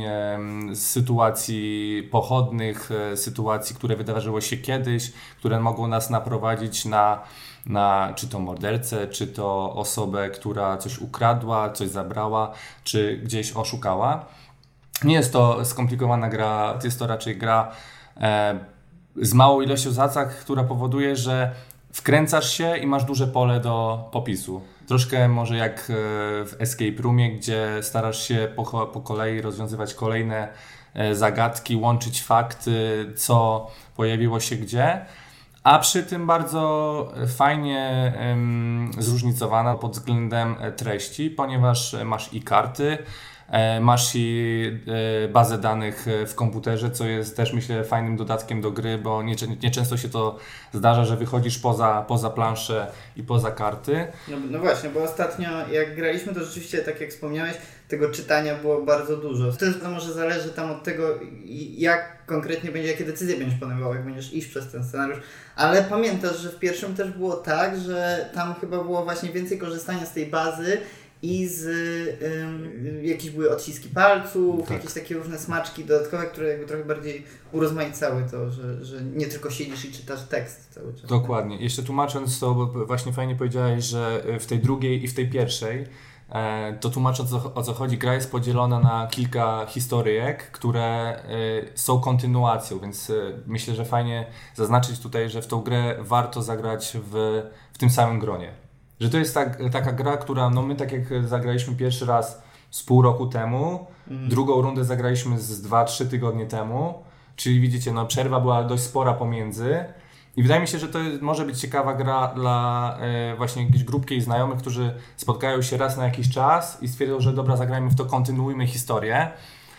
sytuacji pochodnych, sytuacji, które wydarzyło się kiedyś, które mogą nas naprowadzić na, na czy to mordercę, czy to osobę, która coś ukradła, coś zabrała, czy gdzieś oszukała. Nie jest to skomplikowana gra, jest to raczej gra e, z małą ilością zasad, która powoduje, że wkręcasz się i masz duże pole do popisu. Troszkę może jak w Escape Roomie, gdzie starasz się po, po kolei rozwiązywać kolejne zagadki, łączyć fakty, co pojawiło się gdzie, a przy tym bardzo fajnie um, zróżnicowana pod względem treści, ponieważ masz i karty, masz i bazę danych w komputerze, co jest też, myślę, fajnym dodatkiem do gry, bo nieczęsto nie się to zdarza, że wychodzisz poza, poza planszę i poza karty. No, no właśnie, bo ostatnio jak graliśmy, to rzeczywiście, tak jak wspomniałeś, tego czytania było bardzo dużo. To, to może zależy tam od tego, jak konkretnie będzie, jakie decyzje będziesz podejmował, jak będziesz iść przez ten scenariusz. Ale pamiętasz, że w pierwszym też było tak, że tam chyba było właśnie więcej korzystania z tej bazy i z ym, jakieś były odciski palców, tak. Jakieś takie różne smaczki dodatkowe, które jakby trochę bardziej urozmaicały to, że, że nie tylko siedzisz i czytasz tekst cały czas. Dokładnie. Jeszcze tłumacząc to, bo właśnie fajnie powiedziałeś, że w tej drugiej i w tej pierwszej, e, to tłumacząc o, o co chodzi, gra jest podzielona na kilka historyjek, które e, są kontynuacją, więc e, myślę, że fajnie zaznaczyć tutaj, że w tą grę warto zagrać w, w tym samym gronie. Że to jest tak, taka gra, która, no my tak jak zagraliśmy pierwszy raz z pół roku temu, mm. drugą rundę zagraliśmy z dwa trzy tygodnie temu, czyli widzicie, no przerwa była dość spora pomiędzy i wydaje mi się, że to jest, może być ciekawa gra dla e, właśnie jakiejś grupki znajomych, którzy spotkają się raz na jakiś czas i stwierdzą, że dobra, zagrajmy w to, kontynuujmy historię.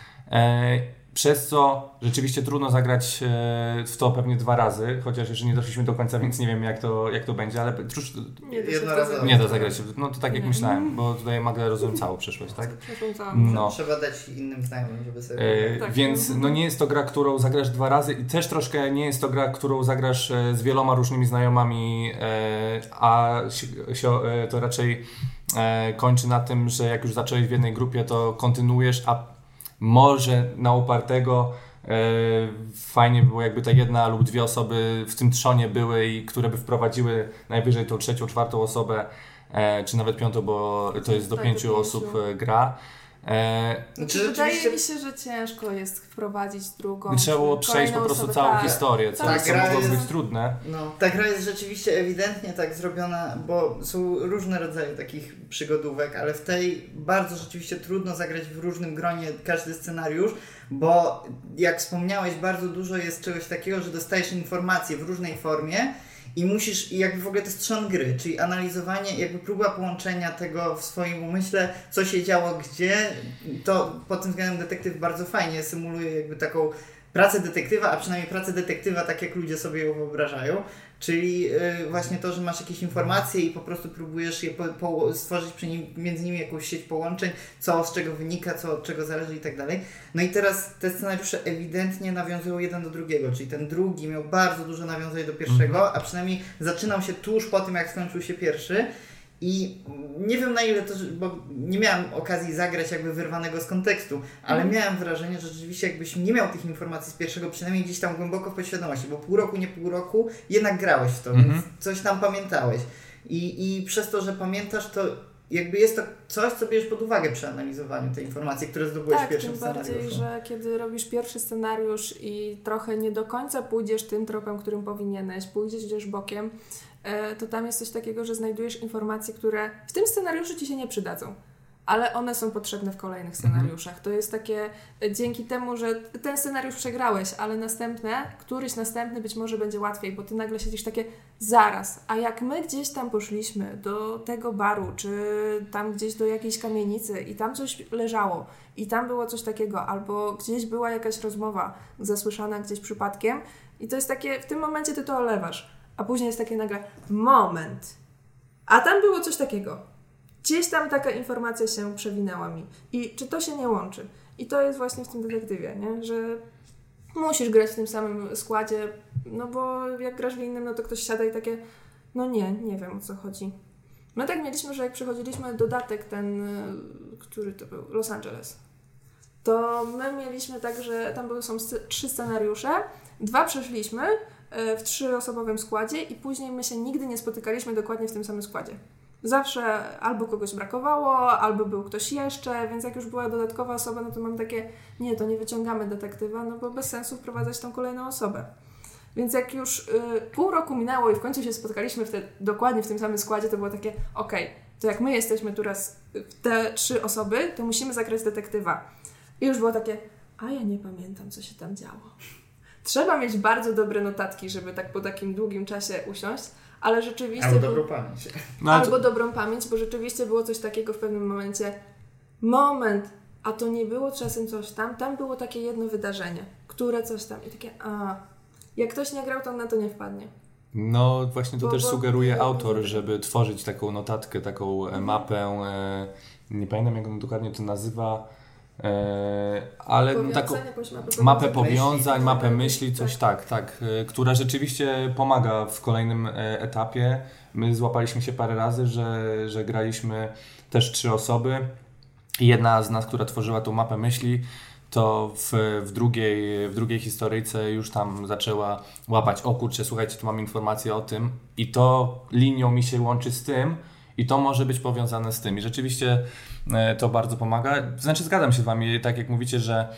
E, Przez co rzeczywiście trudno zagrać w to pewnie dwa razy, chociaż jeszcze nie doszliśmy do końca, więc nie wiem jak to, jak to będzie, ale trudz... nie, jednorazowo. Nie da zagrać. No to tak jak nie. myślałem, bo tutaj Magda rozumiem całą przyszłość, tak? No. Trzeba dać innym znajomym, żeby sobie... E, tak. Więc no nie jest to gra, którą zagrasz dwa razy i też troszkę nie jest to gra, którą zagrasz z wieloma różnymi znajomami, e, a się, e, to raczej e, kończy na tym, że jak już zacząłeś w jednej grupie, to kontynuujesz, a może na upartego e, fajnie by było, jakby ta jedna lub dwie osoby w tym trzonie były i które by wprowadziły najwyżej tą trzecią, czwartą osobę, e, czy nawet piątą, bo to jest do tak, pięciu, do pięciu osób gra. E, znaczy, wydaje rzeczywiście... mi się, że ciężko jest wprowadzić drugą. Trzeba było przejść po prostu osobę, całą tak. historię, co, ta co mogło jest, być trudne. No, ta gra jest rzeczywiście ewidentnie tak zrobiona, bo są różne rodzaje takich przygodówek, ale w tej bardzo rzeczywiście trudno zagrać w różnym gronie każdy scenariusz, bo jak wspomniałeś, bardzo dużo jest czegoś takiego, że dostajesz informacje w różnej formie i musisz, i jakby w ogóle to jest trzon gry, czyli analizowanie, jakby próba połączenia tego w swoim umyśle, co się działo gdzie, to pod tym względem detektyw bardzo fajnie symuluje jakby taką pracę detektywa, a przynajmniej pracę detektywa tak jak ludzie sobie ją wyobrażają, czyli yy, właśnie to, że masz jakieś informacje i po prostu próbujesz je po, po, stworzyć przy nim, między nimi jakąś sieć połączeń, co z czego wynika, co od czego zależy i tak dalej. No i teraz te scenariusze ewidentnie nawiązują jeden do drugiego, czyli ten drugi miał bardzo dużo nawiązań do pierwszego, a przynajmniej zaczynał się tuż po tym, jak skończył się pierwszy. I nie wiem na ile to, bo nie miałem okazji zagrać jakby wyrwanego z kontekstu, ale mm. miałem wrażenie, że rzeczywiście jakbyś nie miał tych informacji z pierwszego, przynajmniej gdzieś tam głęboko w podświadomości, bo pół roku, nie pół roku, jednak grałeś w to, mm-hmm. więc coś tam pamiętałeś. I, I przez to, że pamiętasz, to jakby jest to coś, co bierzesz pod uwagę przy analizowaniu tej informacji, które zdobyłeś tak, w pierwszym scenariuszu. Tak, tym bardziej, że kiedy robisz pierwszy scenariusz i trochę nie do końca pójdziesz tym tropem, którym powinieneś, pójdziesz gdzieś bokiem, to tam jest coś takiego, że znajdujesz informacje, które w tym scenariuszu Ci się nie przydadzą, ale one są potrzebne w kolejnych scenariuszach. Mhm. To jest takie dzięki temu, że ten scenariusz przegrałeś, ale następne, któryś następny być może będzie łatwiej, bo Ty nagle siedzisz takie zaraz, a jak my gdzieś tam poszliśmy do tego baru, czy tam gdzieś do jakiejś kamienicy i tam coś leżało i tam było coś takiego, albo gdzieś była jakaś rozmowa zasłyszana gdzieś przypadkiem i to jest takie, w tym momencie Ty to olewasz. A później jest takie nagle, moment, a tam było coś takiego. Gdzieś tam taka informacja się przewinęła mi. I czy to się nie łączy? I to jest właśnie w tym detektywie, nie? Że musisz grać w tym samym składzie, no bo jak grasz w innym, no to ktoś siada i takie, no nie, nie wiem o co chodzi. My tak mieliśmy, że jak przechodziliśmy dodatek ten, który to był, Los Angeles, to my mieliśmy tak, że tam były, są trzy scenariusze, dwa przeszliśmy, w trzyosobowym składzie i później my się nigdy nie spotykaliśmy dokładnie w tym samym składzie. Zawsze albo kogoś brakowało, albo był ktoś jeszcze, więc jak już była dodatkowa osoba, no to mam takie, nie, to nie wyciągamy detektywa, no bo bez sensu wprowadzać tą kolejną osobę. Więc jak już y, pół roku minęło i w końcu się spotkaliśmy w te, dokładnie w tym samym składzie, to było takie, okej, okay, to jak my jesteśmy tu raz te trzy osoby, to musimy zagrać detektywa. I już było takie, a ja nie pamiętam, co się tam działo. Trzeba mieć bardzo dobre notatki, żeby tak po takim długim czasie usiąść, ale rzeczywiście... Albo dobrą pamięć. No, albo to... dobrą pamięć, bo rzeczywiście było coś takiego w pewnym momencie. Moment, a to nie było czasem coś tam, tam było takie jedno wydarzenie, które coś tam i takie, a jak ktoś nie grał, to na to nie wpadnie. No właśnie to bo, też bo, sugeruje bo, autor, bo... żeby tworzyć taką notatkę, taką mhm. mapę, nie pamiętam jak on dokładnie to nazywa, Eee, ale taką mapę, mapę powiązań, mapę myśli, coś tak, tak, tak e, która rzeczywiście pomaga w kolejnym e, etapie. My złapaliśmy się parę razy, że, że graliśmy też trzy osoby i jedna z nas, która tworzyła tą mapę myśli, to w, w, drugiej, w drugiej historyjce już tam zaczęła łapać, o kurczę, słuchajcie, tu mam informację o tym i to linią mi się łączy z tym i to może być powiązane z tym. I rzeczywiście to bardzo pomaga. Znaczy zgadzam się z Wami, tak jak mówicie, że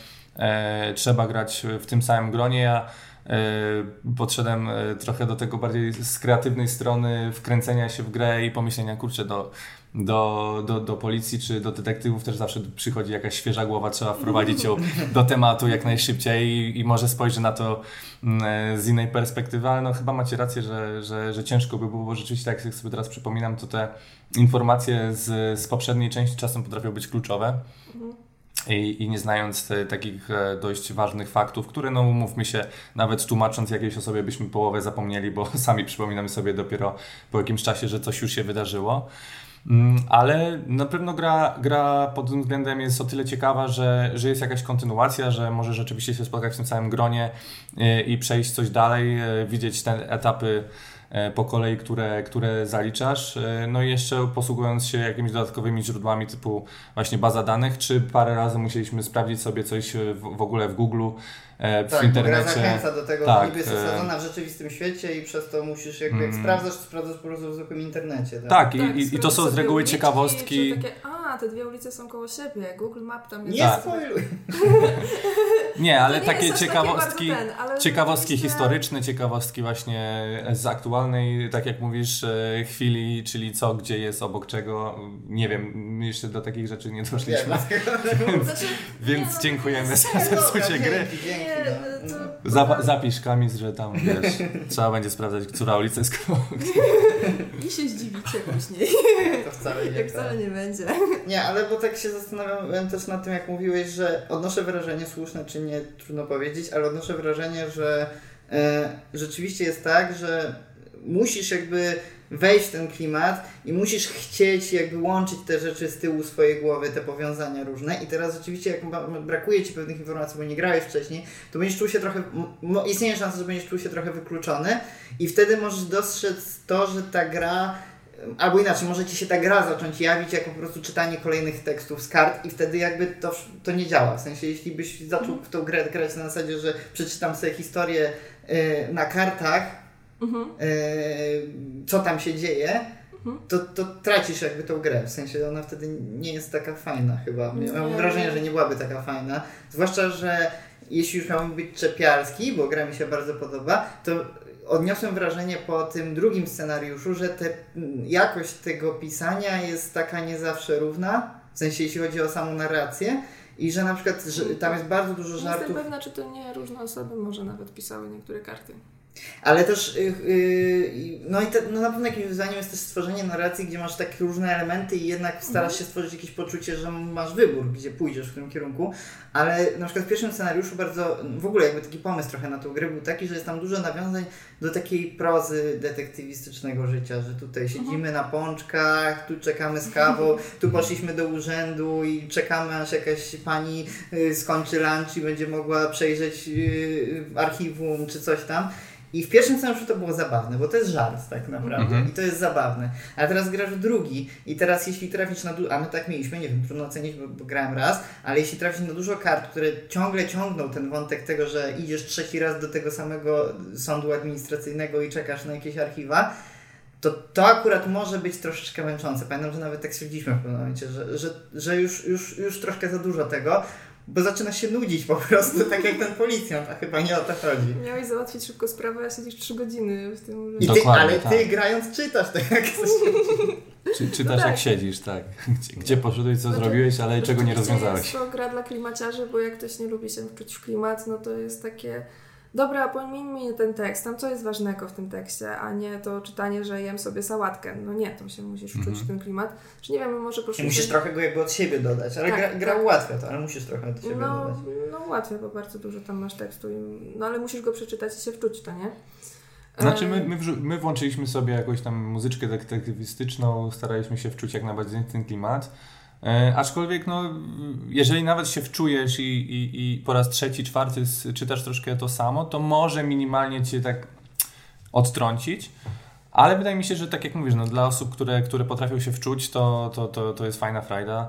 e, trzeba grać w tym samym gronie. Ja e, podszedłem trochę do tego bardziej z kreatywnej strony wkręcenia się w grę i pomyślenia, kurczę, do, do, do, do policji czy do detektywów też zawsze przychodzi jakaś świeża głowa, trzeba wprowadzić ją do tematu jak najszybciej i, i może spojrzy na to z innej perspektywy, ale no chyba macie rację, że, że, że ciężko by było, bo rzeczywiście tak jak sobie teraz przypominam, to te informacje z, z poprzedniej części czasem potrafią być kluczowe. Mhm. I, i nie znając te, takich e, dość ważnych faktów, które no umówmy się, nawet tłumacząc jakiejś osobie byśmy połowę zapomnieli, bo sami przypominamy sobie dopiero po jakimś czasie, że coś już się wydarzyło. Mm, ale na pewno gra, gra pod tym względem jest o tyle ciekawa, że, że jest jakaś kontynuacja, że może rzeczywiście się spotkać w tym samym gronie e, i przejść coś dalej, e, widzieć te etapy po kolei, które, które zaliczasz, no i jeszcze posługując się jakimiś dodatkowymi źródłami typu właśnie baza danych, czy parę razy musieliśmy sprawdzić sobie coś w, w ogóle w Google, w tak, internecie. Tak, gra zachęca do tego, tak, niby jest osadzona w rzeczywistym świecie i przez to musisz, jakby jak mm. sprawdzasz, to sprawdzasz po prostu w zwykłym internecie. Tak, tak, tak i, i to są z reguły uliczki, ciekawostki. Takie, a, te dwie ulice są koło siebie, Google Map tam jest. Nie tak. spoiluj! Nie, ale nie takie ciekawostki, takie ten, ale ciekawostki rzeczywiście... historyczne, ciekawostki właśnie z aktualnej, tak jak mówisz, chwili, czyli co, gdzie jest, obok czego. Nie wiem, jeszcze do takich rzeczy nie doszliśmy. więc znaczy, więc nie, no, dziękujemy za zepsucie gry. Dzięki, dzięki, nie, no. to... Zap- zapisz Kamiz, że tam wiesz, trzeba będzie sprawdzać, która ulica jest koło. I się zdziwicie później. To wcale nie, jak wcale nie będzie. Nie, ale bo tak się zastanawiam też nad tym, jak mówiłeś, że odnoszę wrażenie, słuszne czy nie, trudno powiedzieć, ale odnoszę wrażenie, że e, rzeczywiście jest tak, że musisz jakby wejść w ten klimat i musisz chcieć jakby łączyć te rzeczy z tyłu swojej głowy, te powiązania różne i teraz rzeczywiście jak brakuje Ci pewnych informacji, bo nie grałeś wcześniej, to będziesz czuł się trochę, m- istnieje szansa, że będziesz czuł się trochę wykluczony i wtedy możesz dostrzec to, że ta gra albo inaczej, może ci się ta gra zacząć jawić jako po prostu czytanie kolejnych tekstów z kart i wtedy jakby to, to nie działa. W sensie, jeśli byś zaczął w tą grę grać na zasadzie, że przeczytam sobie historię y, na kartach, mhm. y, co tam się dzieje, To, to tracisz jakby tą grę, w sensie ona wtedy nie jest taka fajna chyba. Mam wrażenie, że nie byłaby taka fajna. Zwłaszcza, że jeśli już miałbym być czepialski, bo gra mi się bardzo podoba, to odniosłem wrażenie po tym drugim scenariuszu, że te, jakość tego pisania jest taka nie zawsze równa, w sensie jeśli chodzi o samą narrację. I że na przykład że tam jest bardzo dużo żartów. Jestem pewna, czy to nie różne osoby może nawet pisały niektóre karty. Ale też, yy, no i te, no na pewno jakimś wyzwaniem jest też stworzenie narracji, gdzie masz takie różne elementy i jednak starasz się stworzyć jakieś poczucie, że masz wybór, gdzie pójdziesz w którym kierunku. Ale na przykład w pierwszym scenariuszu bardzo, w ogóle jakby taki pomysł trochę na tą grę był taki, że jest tam dużo nawiązań do takiej prozy detektywistycznego życia, że tutaj siedzimy na pączkach, tu czekamy z kawą, tu poszliśmy do urzędu i czekamy, aż jakaś pani y, skończy lunch i będzie mogła przejrzeć y, archiwum czy coś tam. I w pierwszym scenariuszu to było zabawne, bo to jest żart tak naprawdę mm-hmm. i to jest zabawne. Ale teraz grasz w drugi i teraz jeśli trafisz na dużo, a my tak mieliśmy, nie wiem, trudno ocenić, bo, bo grałem raz, ale jeśli trafisz na dużo kart, które ciągle ciągną ten wątek tego, że idziesz trzeci raz do tego samego sądu administracyjnego i czekasz na jakieś archiwa, to to akurat może być troszeczkę męczące. Pamiętam, że nawet tak stwierdziliśmy w pewnym momencie, że, że, że już, już, już troszkę za dużo tego, bo zaczynasz się nudzić po prostu, tak jak ten policjant, a chyba nie o to chodzi. Miałeś załatwić szybko sprawę, a siedzisz trzy godziny w tym... I ty, ale ty tak. grając czytasz tak jak coś. Czy, czytasz no tak. jak siedzisz, tak. Gdzie, gdzie poszedłeś, co znaczy, zrobiłeś, ale czego nie rozwiązałeś. Jest to gra dla klimaciarzy, bo jak ktoś nie lubi się wczuć w klimat, no to jest takie... Dobra, pojmijmy ten tekst, tam co jest ważnego w tym tekście, a nie to czytanie, że jem sobie sałatkę. No nie, to się musisz wczuć mm-hmm. w ten klimat. Czy nie wiem, może proszę... Musisz się... trochę go jakby od siebie dodać, ale tak, gra, gra tak. ułatwia to, ale musisz trochę od siebie no, dodać. No ułatwia, bo bardzo dużo tam masz tekstu, i... no ale musisz go przeczytać i się wczuć, to nie? Znaczy my, my, my włączyliśmy sobie jakąś tam muzyczkę detektywistyczną, staraliśmy się wczuć jak najbardziej w ten klimat. E, aczkolwiek, no, jeżeli nawet się wczujesz i, i, i po raz trzeci, czwarty czytasz troszkę to samo, to może minimalnie cię tak odtrącić, ale wydaje mi się, że tak jak mówisz, no, dla osób, które, które potrafią się wczuć, to, to, to, to jest fajna frajda.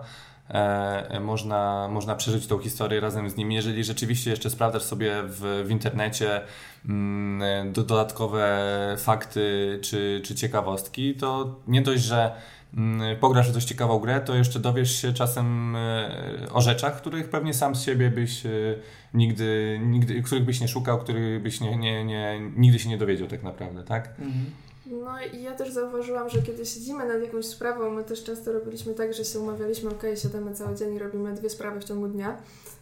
E, można, można przeżyć tą historię razem z nimi. Jeżeli rzeczywiście jeszcze sprawdzasz sobie w, w internecie mm, do, dodatkowe fakty czy, czy ciekawostki, to nie dość, że pograsz w dość ciekawą grę, to jeszcze dowiesz się czasem o rzeczach, których pewnie sam z siebie byś nigdy, nigdy których byś nie szukał, których byś nie, nie, nie, nigdy się nie dowiedział tak naprawdę, tak? Mhm. No i ja też zauważyłam, że kiedy siedzimy nad jakąś sprawą, my też często robiliśmy tak, że się umawialiśmy, okej, okay, siadamy cały dzień i robimy dwie sprawy w ciągu dnia.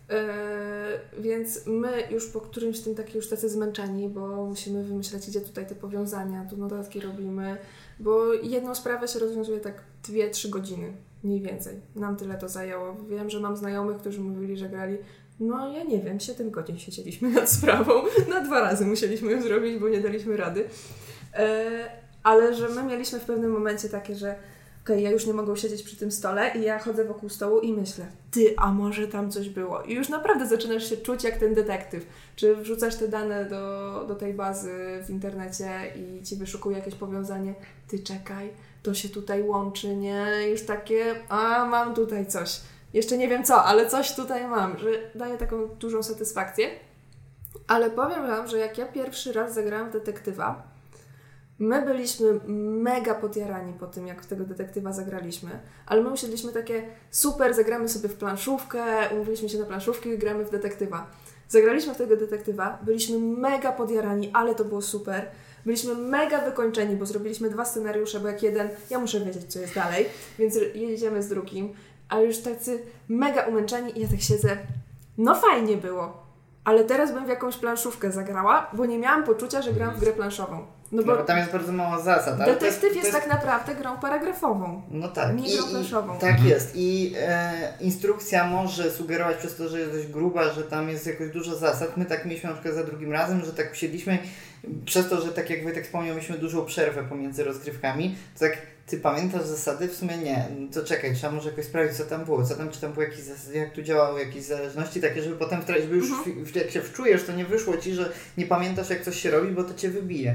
Yy, więc my już po którymś tym taki już tacy zmęczeni, bo musimy wymyśleć, gdzie tutaj te powiązania, tu notatki robimy, bo jedną sprawę się rozwiązuje tak dwie trzy godziny, mniej więcej. Nam tyle to zajęło. Wiem, że mam znajomych, którzy mówili, że grali, no ja nie wiem, siedem godzin siedzieliśmy nad sprawą, na dwa razy musieliśmy ją zrobić, bo nie daliśmy rady. Yy, ale że my mieliśmy w pewnym momencie takie, że okej, okay, ja już nie mogę siedzieć przy tym stole i ja chodzę wokół stołu i myślę, ty, a może tam coś było? I już naprawdę zaczynasz się czuć jak ten detektyw. Czy wrzucasz te dane do, do tej bazy w internecie i ci wyszukuje jakieś powiązanie, ty czekaj, to się tutaj łączy, nie? Już takie, a mam tutaj coś. Jeszcze nie wiem co, ale coś tutaj mam, że daje taką dużą satysfakcję. Ale powiem wam, że jak ja pierwszy raz zagrałam w detektywa, my byliśmy mega podjarani po tym, jak w tego detektywa zagraliśmy, ale my usiedliśmy takie, super, zagramy sobie w planszówkę, umówiliśmy się na planszówki i gramy w detektywa. Zagraliśmy w tego detektywa, byliśmy mega podjarani, ale to było super. Byliśmy mega wykończeni, bo zrobiliśmy dwa scenariusze, bo jak jeden, ja muszę wiedzieć, co jest dalej, więc jedziemy z drugim, ale już tacy mega umęczeni i ja tak siedzę, no fajnie było, ale teraz bym w jakąś planszówkę zagrała, bo nie miałam poczucia, że gram w grę planszową. No bo, no bo tam jest bardzo mało zasad. Ale detektyw to jest, to jest, jest tak naprawdę grą paragrafową. No tak. Nie grą planszową. Tak mhm. jest. I e, instrukcja może sugerować przez to, że jest dość gruba, że tam jest jakoś dużo zasad. My tak mieliśmy na przykład za drugim razem, że tak siedliśmy, przez to, że tak jak Wojtek wspomniał, mieliśmy dużą przerwę pomiędzy rozgrywkami, to tak ty pamiętasz zasady? W sumie nie. To czekaj, trzeba może jakoś sprawdzić, co tam było, co tam, czy tam były jakieś zasady, jak tu działały jakieś zależności takie, żeby potem w trakcie, żeby już mhm. w, jak się wczujesz, to nie wyszło ci, że nie pamiętasz, jak coś się robi, bo to cię wybije. Mhm.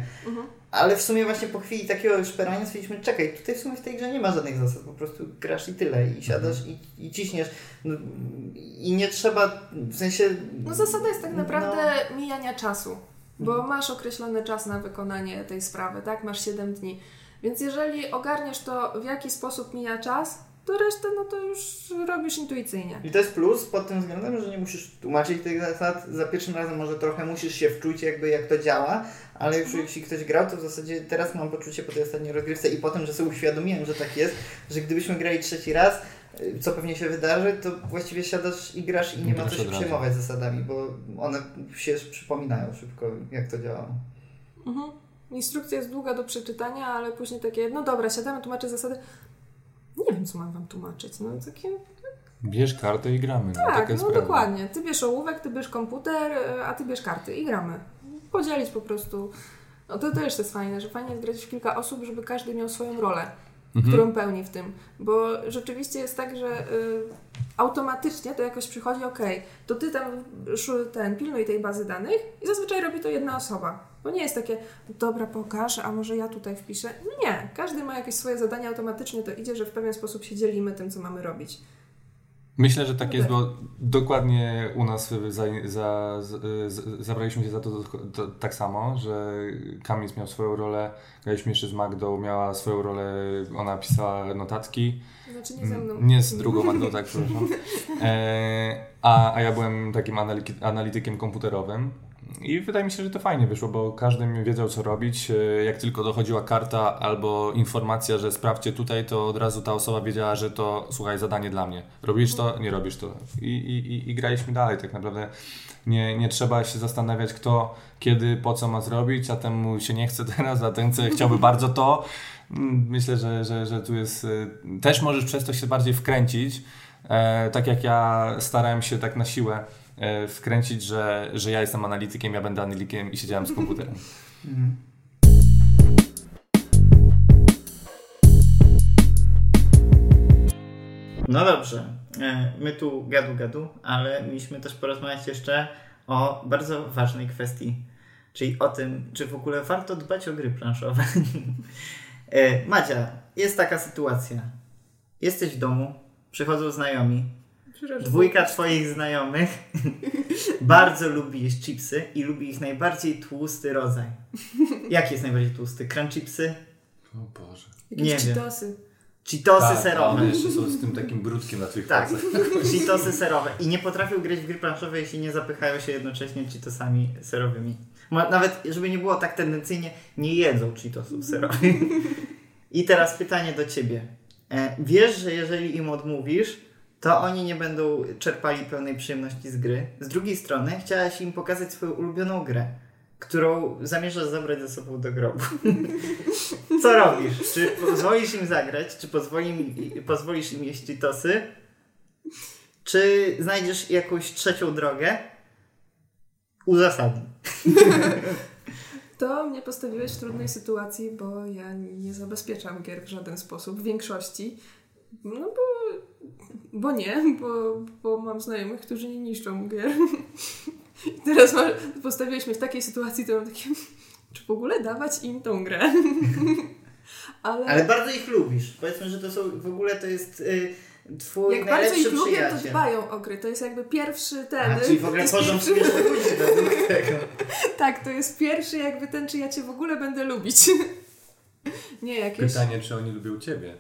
Ale w sumie właśnie po chwili takiego szperania stwierdziliśmy, czekaj, tutaj w sumie w tej grze nie ma żadnych zasad, po prostu grasz i tyle, i siadasz mhm. i, i ciśniesz. No, i nie trzeba, w sensie... No zasada jest tak naprawdę no... mijania czasu, bo mhm. masz określony czas na wykonanie tej sprawy, tak? Masz siedem dni. Więc jeżeli ogarniesz to, w jaki sposób mija czas, to resztę no to już robisz intuicyjnie. I to jest plus pod tym względem, że nie musisz tłumaczyć tych zasad. Za pierwszym razem może trochę musisz się wczuć jakby jak to działa, ale już jeśli ktoś grał, to w zasadzie teraz mam poczucie po tej ostatniej rozgrywce i potem, że sobie uświadomiłem, że tak jest, że gdybyśmy grali trzeci raz, co pewnie się wydarzy, to właściwie siadasz i grasz i nie ma co się przejmować zasadami, bo one się przypominają szybko, jak to działało. Mhm. Instrukcja jest długa do przeczytania, ale później takie, no dobra, siadamy, tłumaczę zasady. Nie wiem, co mam wam tłumaczyć. No takie... Bierz kartę i gramy. Tak, no, taka no sprawa. dokładnie. Ty bierz ołówek, ty bierz komputer, a ty bierz karty i gramy. Podzielić po prostu. No to też jest fajne, że fajnie jest grać w kilka osób, żeby każdy miał swoją rolę, mhm. którą pełni w tym. Bo rzeczywiście jest tak, że y, automatycznie to jakoś przychodzi, okej, okay, to ty tam ten, pilnuj tej bazy danych i zazwyczaj robi to jedna osoba. Bo nie jest takie, dobra, pokaż, a może ja tutaj wpiszę. Nie, każdy ma jakieś swoje zadanie, automatycznie to idzie, że w pewien sposób się dzielimy tym, co mamy robić. Myślę, że tak no jest, tak. bo dokładnie u nas za, za, za, zabraliśmy się za to, to, to tak samo, że Kamis miał swoją rolę, graliśmy jeszcze z Magdą, miała swoją rolę, ona pisała notatki. Znaczy nie ze mną. Nie z drugą Magdą, tak, przepraszam. E, a, a ja byłem takim analitykiem komputerowym. I wydaje mi się, że to fajnie wyszło, bo każdy wiedział, co robić. Jak tylko dochodziła karta albo informacja, że sprawdźcie tutaj, to od razu ta osoba wiedziała, że to, słuchaj, zadanie dla mnie. Robisz to? Nie robisz to. I, i, i graliśmy dalej. Tak naprawdę nie, nie trzeba się zastanawiać, kto, kiedy, po co ma zrobić, a temu się nie chce teraz, a ten chce, chciałby bardzo to. Myślę, że, że, że tu jest... Też możesz przez to się bardziej wkręcić. E, tak jak ja starałem się tak na siłę wkręcić, że, że ja jestem analitykiem, ja będę analitykiem i siedziałem z komputerem. Mhm. No dobrze, my tu gadu gadu, ale mieliśmy też porozmawiać jeszcze o bardzo ważnej kwestii, czyli o tym, czy w ogóle warto dbać o gry planszowe. Madzia, jest taka sytuacja. Jesteś w domu, przychodzą znajomi, dwójka twoich znajomych bardzo lubi jeść chipsy i lubi ich najbardziej tłusty rodzaj. Jaki jest najbardziej tłusty? Crunch chipsy? O Boże. Jakieś nie cheetosy. Wiem. Cheetosy tak, serowe. One jeszcze są z tym takim brudkiem na twoich tak. Cheetosy serowe. I nie potrafią grać w gry planszowe, jeśli nie zapychają się jednocześnie cheetosami serowymi. Nawet, żeby nie było tak tendencyjnie, nie jedzą cheetosów serowych. I teraz pytanie do ciebie. Wiesz, że jeżeli im odmówisz, to oni nie będą czerpali pełnej przyjemności z gry. Z drugiej strony chciałaś im pokazać swoją ulubioną grę, którą zamierzasz zabrać ze sobą do grobu. Co robisz? Czy pozwolisz im zagrać? Czy pozwoli, pozwolisz im jeść cheetosy? Czy znajdziesz jakąś trzecią drogę? Uzasadnij. To mnie postawiłeś w trudnej sytuacji, bo ja nie zabezpieczam gier w żaden sposób, w większości. No bo, bo nie, bo, bo mam znajomych, którzy nie niszczą gier. I teraz ma, postawiłeś mnie w takiej sytuacji, to mam takie, czy w ogóle dawać im tą grę? Ale, Ale bardzo ich lubisz. Powiedzmy, że to są, w ogóle to jest y, twój jak najlepszy bardzo ich przyjaciel. lubię, to dbają o gry. To jest jakby pierwszy ten... A, czyli w ogóle tworzą sobie według tego. Tak, to jest pierwszy jakby ten, czy ja cię w ogóle będę lubić. Nie, jakieś... Pytanie, czy oni lubią ciebie?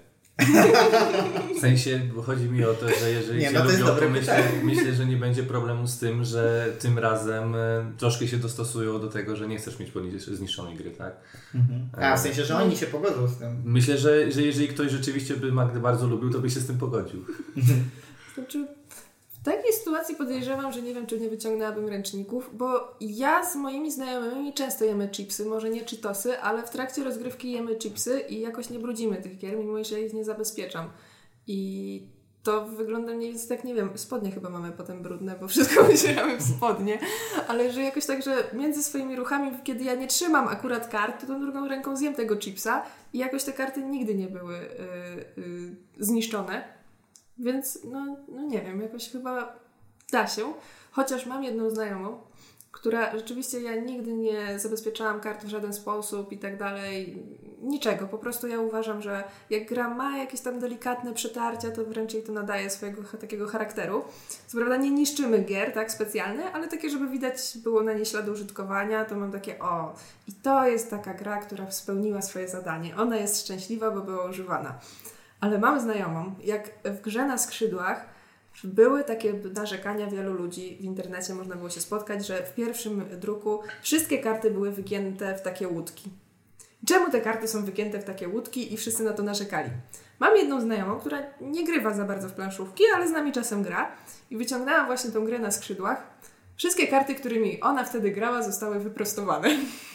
W sensie, bo chodzi mi o to, że jeżeli nie, cię no to lubią, to myślę, pytanie. myślę, że nie będzie problemu z tym, że tym razem e, troszkę się dostosują do tego, że nie chcesz mieć zniszczonej gry, tak? Mhm. A, w sensie, że oni się pogodzą z tym. Myślę, że, że jeżeli ktoś rzeczywiście by Magdę bardzo lubił, to by się z tym pogodził. Znaczy, w takiej sytuacji podejrzewam, że nie wiem, czy nie wyciągnęłabym ręczników, bo ja z moimi znajomymi często jemy chipsy, może nie cheetosy, ale w trakcie rozgrywki jemy chipsy i jakoś nie brudzimy tych gier, mimo że ich nie zabezpieczam. I to wygląda mniej więcej tak, nie wiem, spodnie chyba mamy potem brudne, bo wszystko wycieramy w spodnie, ale że jakoś tak, że między swoimi ruchami, kiedy ja nie trzymam akurat kart, to tą drugą ręką zjem tego chipsa i jakoś te karty nigdy nie były yy, yy, zniszczone. Więc no, no nie wiem, jakoś chyba da się. Chociaż mam jedną znajomą, która rzeczywiście ja nigdy nie zabezpieczałam kart w żaden sposób i tak dalej. Niczego. Po prostu ja uważam, że jak gra ma jakieś tam delikatne przetarcia, to wręcz jej to nadaje swojego takiego charakteru. Co prawda nie niszczymy gier, tak, specjalne, ale takie, żeby widać było na nie ślady użytkowania, to mam takie o, i to jest taka gra, która spełniła swoje zadanie. Ona jest szczęśliwa, bo była używana. Ale mam znajomą, jak w grze na skrzydłach były takie narzekania wielu ludzi, w internecie można było się spotkać, że w pierwszym druku wszystkie karty były wygięte w takie łódki. Czemu te karty są wygięte w takie łódki i wszyscy na to narzekali? Mam jedną znajomą, która nie grywa za bardzo w planszówki, ale z nami czasem gra i wyciągnęłam właśnie tą grę na skrzydłach. Wszystkie karty, którymi ona wtedy grała, zostały wyprostowane.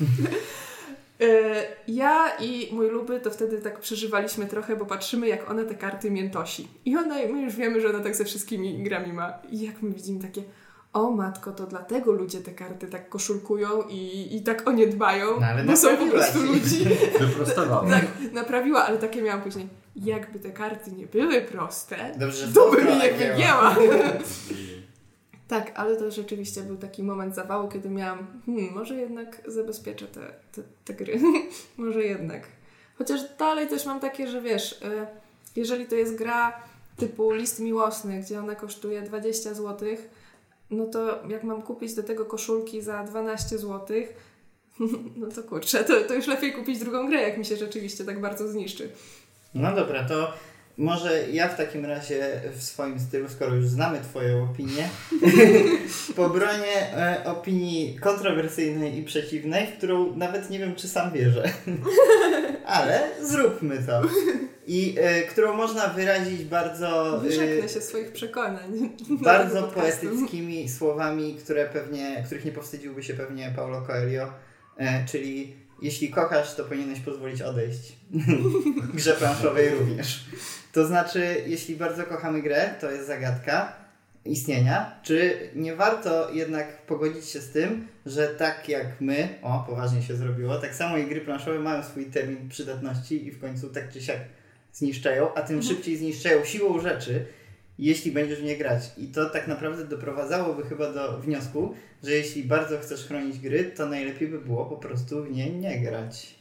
Ja i mój Luby to wtedy tak przeżywaliśmy trochę, bo patrzymy, jak ona te karty miętosi. I ona, my już wiemy, że ona tak ze wszystkimi grami ma. I jak my widzimy takie, o matko, to dlatego ludzie te karty tak koszulkują i, i tak o nie dbają, no, ale bo są po prostu ludzi. Wyprostowała. Tak, naprawiła, ale takie miałam później. Jakby te karty nie były proste, dobrze, że to by mi je wygięła. Tak, ale to rzeczywiście był taki moment zawału, kiedy miałam, hmm, może jednak zabezpieczę te, te, te gry. Może jednak. Chociaż dalej też mam takie, że wiesz, jeżeli to jest gra typu List Miłosny, gdzie ona kosztuje dwadzieścia złotych, no to jak mam kupić do tego koszulki za dwanaście złotych, no to kurczę, to, to już lepiej kupić drugą grę, jak mi się rzeczywiście tak bardzo zniszczy. No dobra, to może ja w takim razie w swoim stylu, skoro już znamy Twoją opinię, pobronię e, opinii kontrowersyjnej i przeciwnej, w którą nawet nie wiem, czy sam wierzę. Ale zróbmy to. I e, którą można wyrazić bardzo... E, Wyrzeknę się swoich przekonań. Bardzo poetyckimi słowami, które pewnie, których nie powstydziłby się pewnie Paulo Coelho, e, czyli jeśli kochasz, to powinieneś pozwolić odejść. Grze planszowej również. To znaczy, jeśli bardzo kochamy grę, to jest zagadka istnienia, czy nie warto jednak pogodzić się z tym, że tak jak my, o, poważnie się zrobiło, tak samo i gry planszowe mają swój termin przydatności i w końcu tak czy siak zniszczają, a tym mhm. szybciej zniszczają siłą rzeczy, jeśli będziesz w nie grać. I to tak naprawdę doprowadzałoby chyba do wniosku, że jeśli bardzo chcesz chronić gry, to najlepiej by było po prostu w nie nie grać.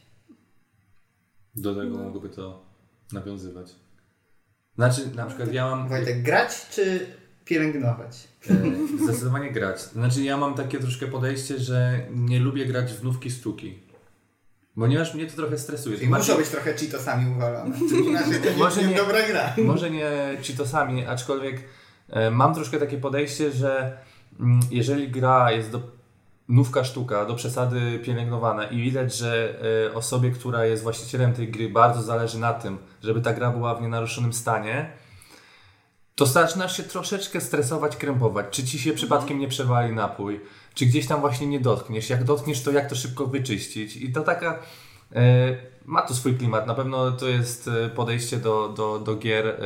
Do tego no. mogłoby to nawiązywać. Znaczy, na przykład ja mam... Wojtek, grać czy pielęgnować? E, zdecydowanie grać. Znaczy ja mam takie troszkę podejście, że nie lubię grać w nówki sztuki. Ponieważ mnie to trochę stresuje. Czyli muszą być trochę cheatosami uwalone. Inaczej to może nie, nie dobra gra. Może nie cheatosami, aczkolwiek e, mam troszkę takie podejście, że m, jeżeli gra jest do nówka sztuka, do przesady pielęgnowana i widać, że e, osobie, która jest właścicielem tej gry, bardzo zależy na tym, żeby ta gra była w nienaruszonym stanie, to zaczynasz się troszeczkę stresować, krępować. Czy ci się przypadkiem nie przewali napój? Czy gdzieś tam właśnie nie dotkniesz? Jak dotkniesz, to jak to szybko wyczyścić? I to taka... E, ma to swój klimat. Na pewno to jest podejście do, do, do gier e,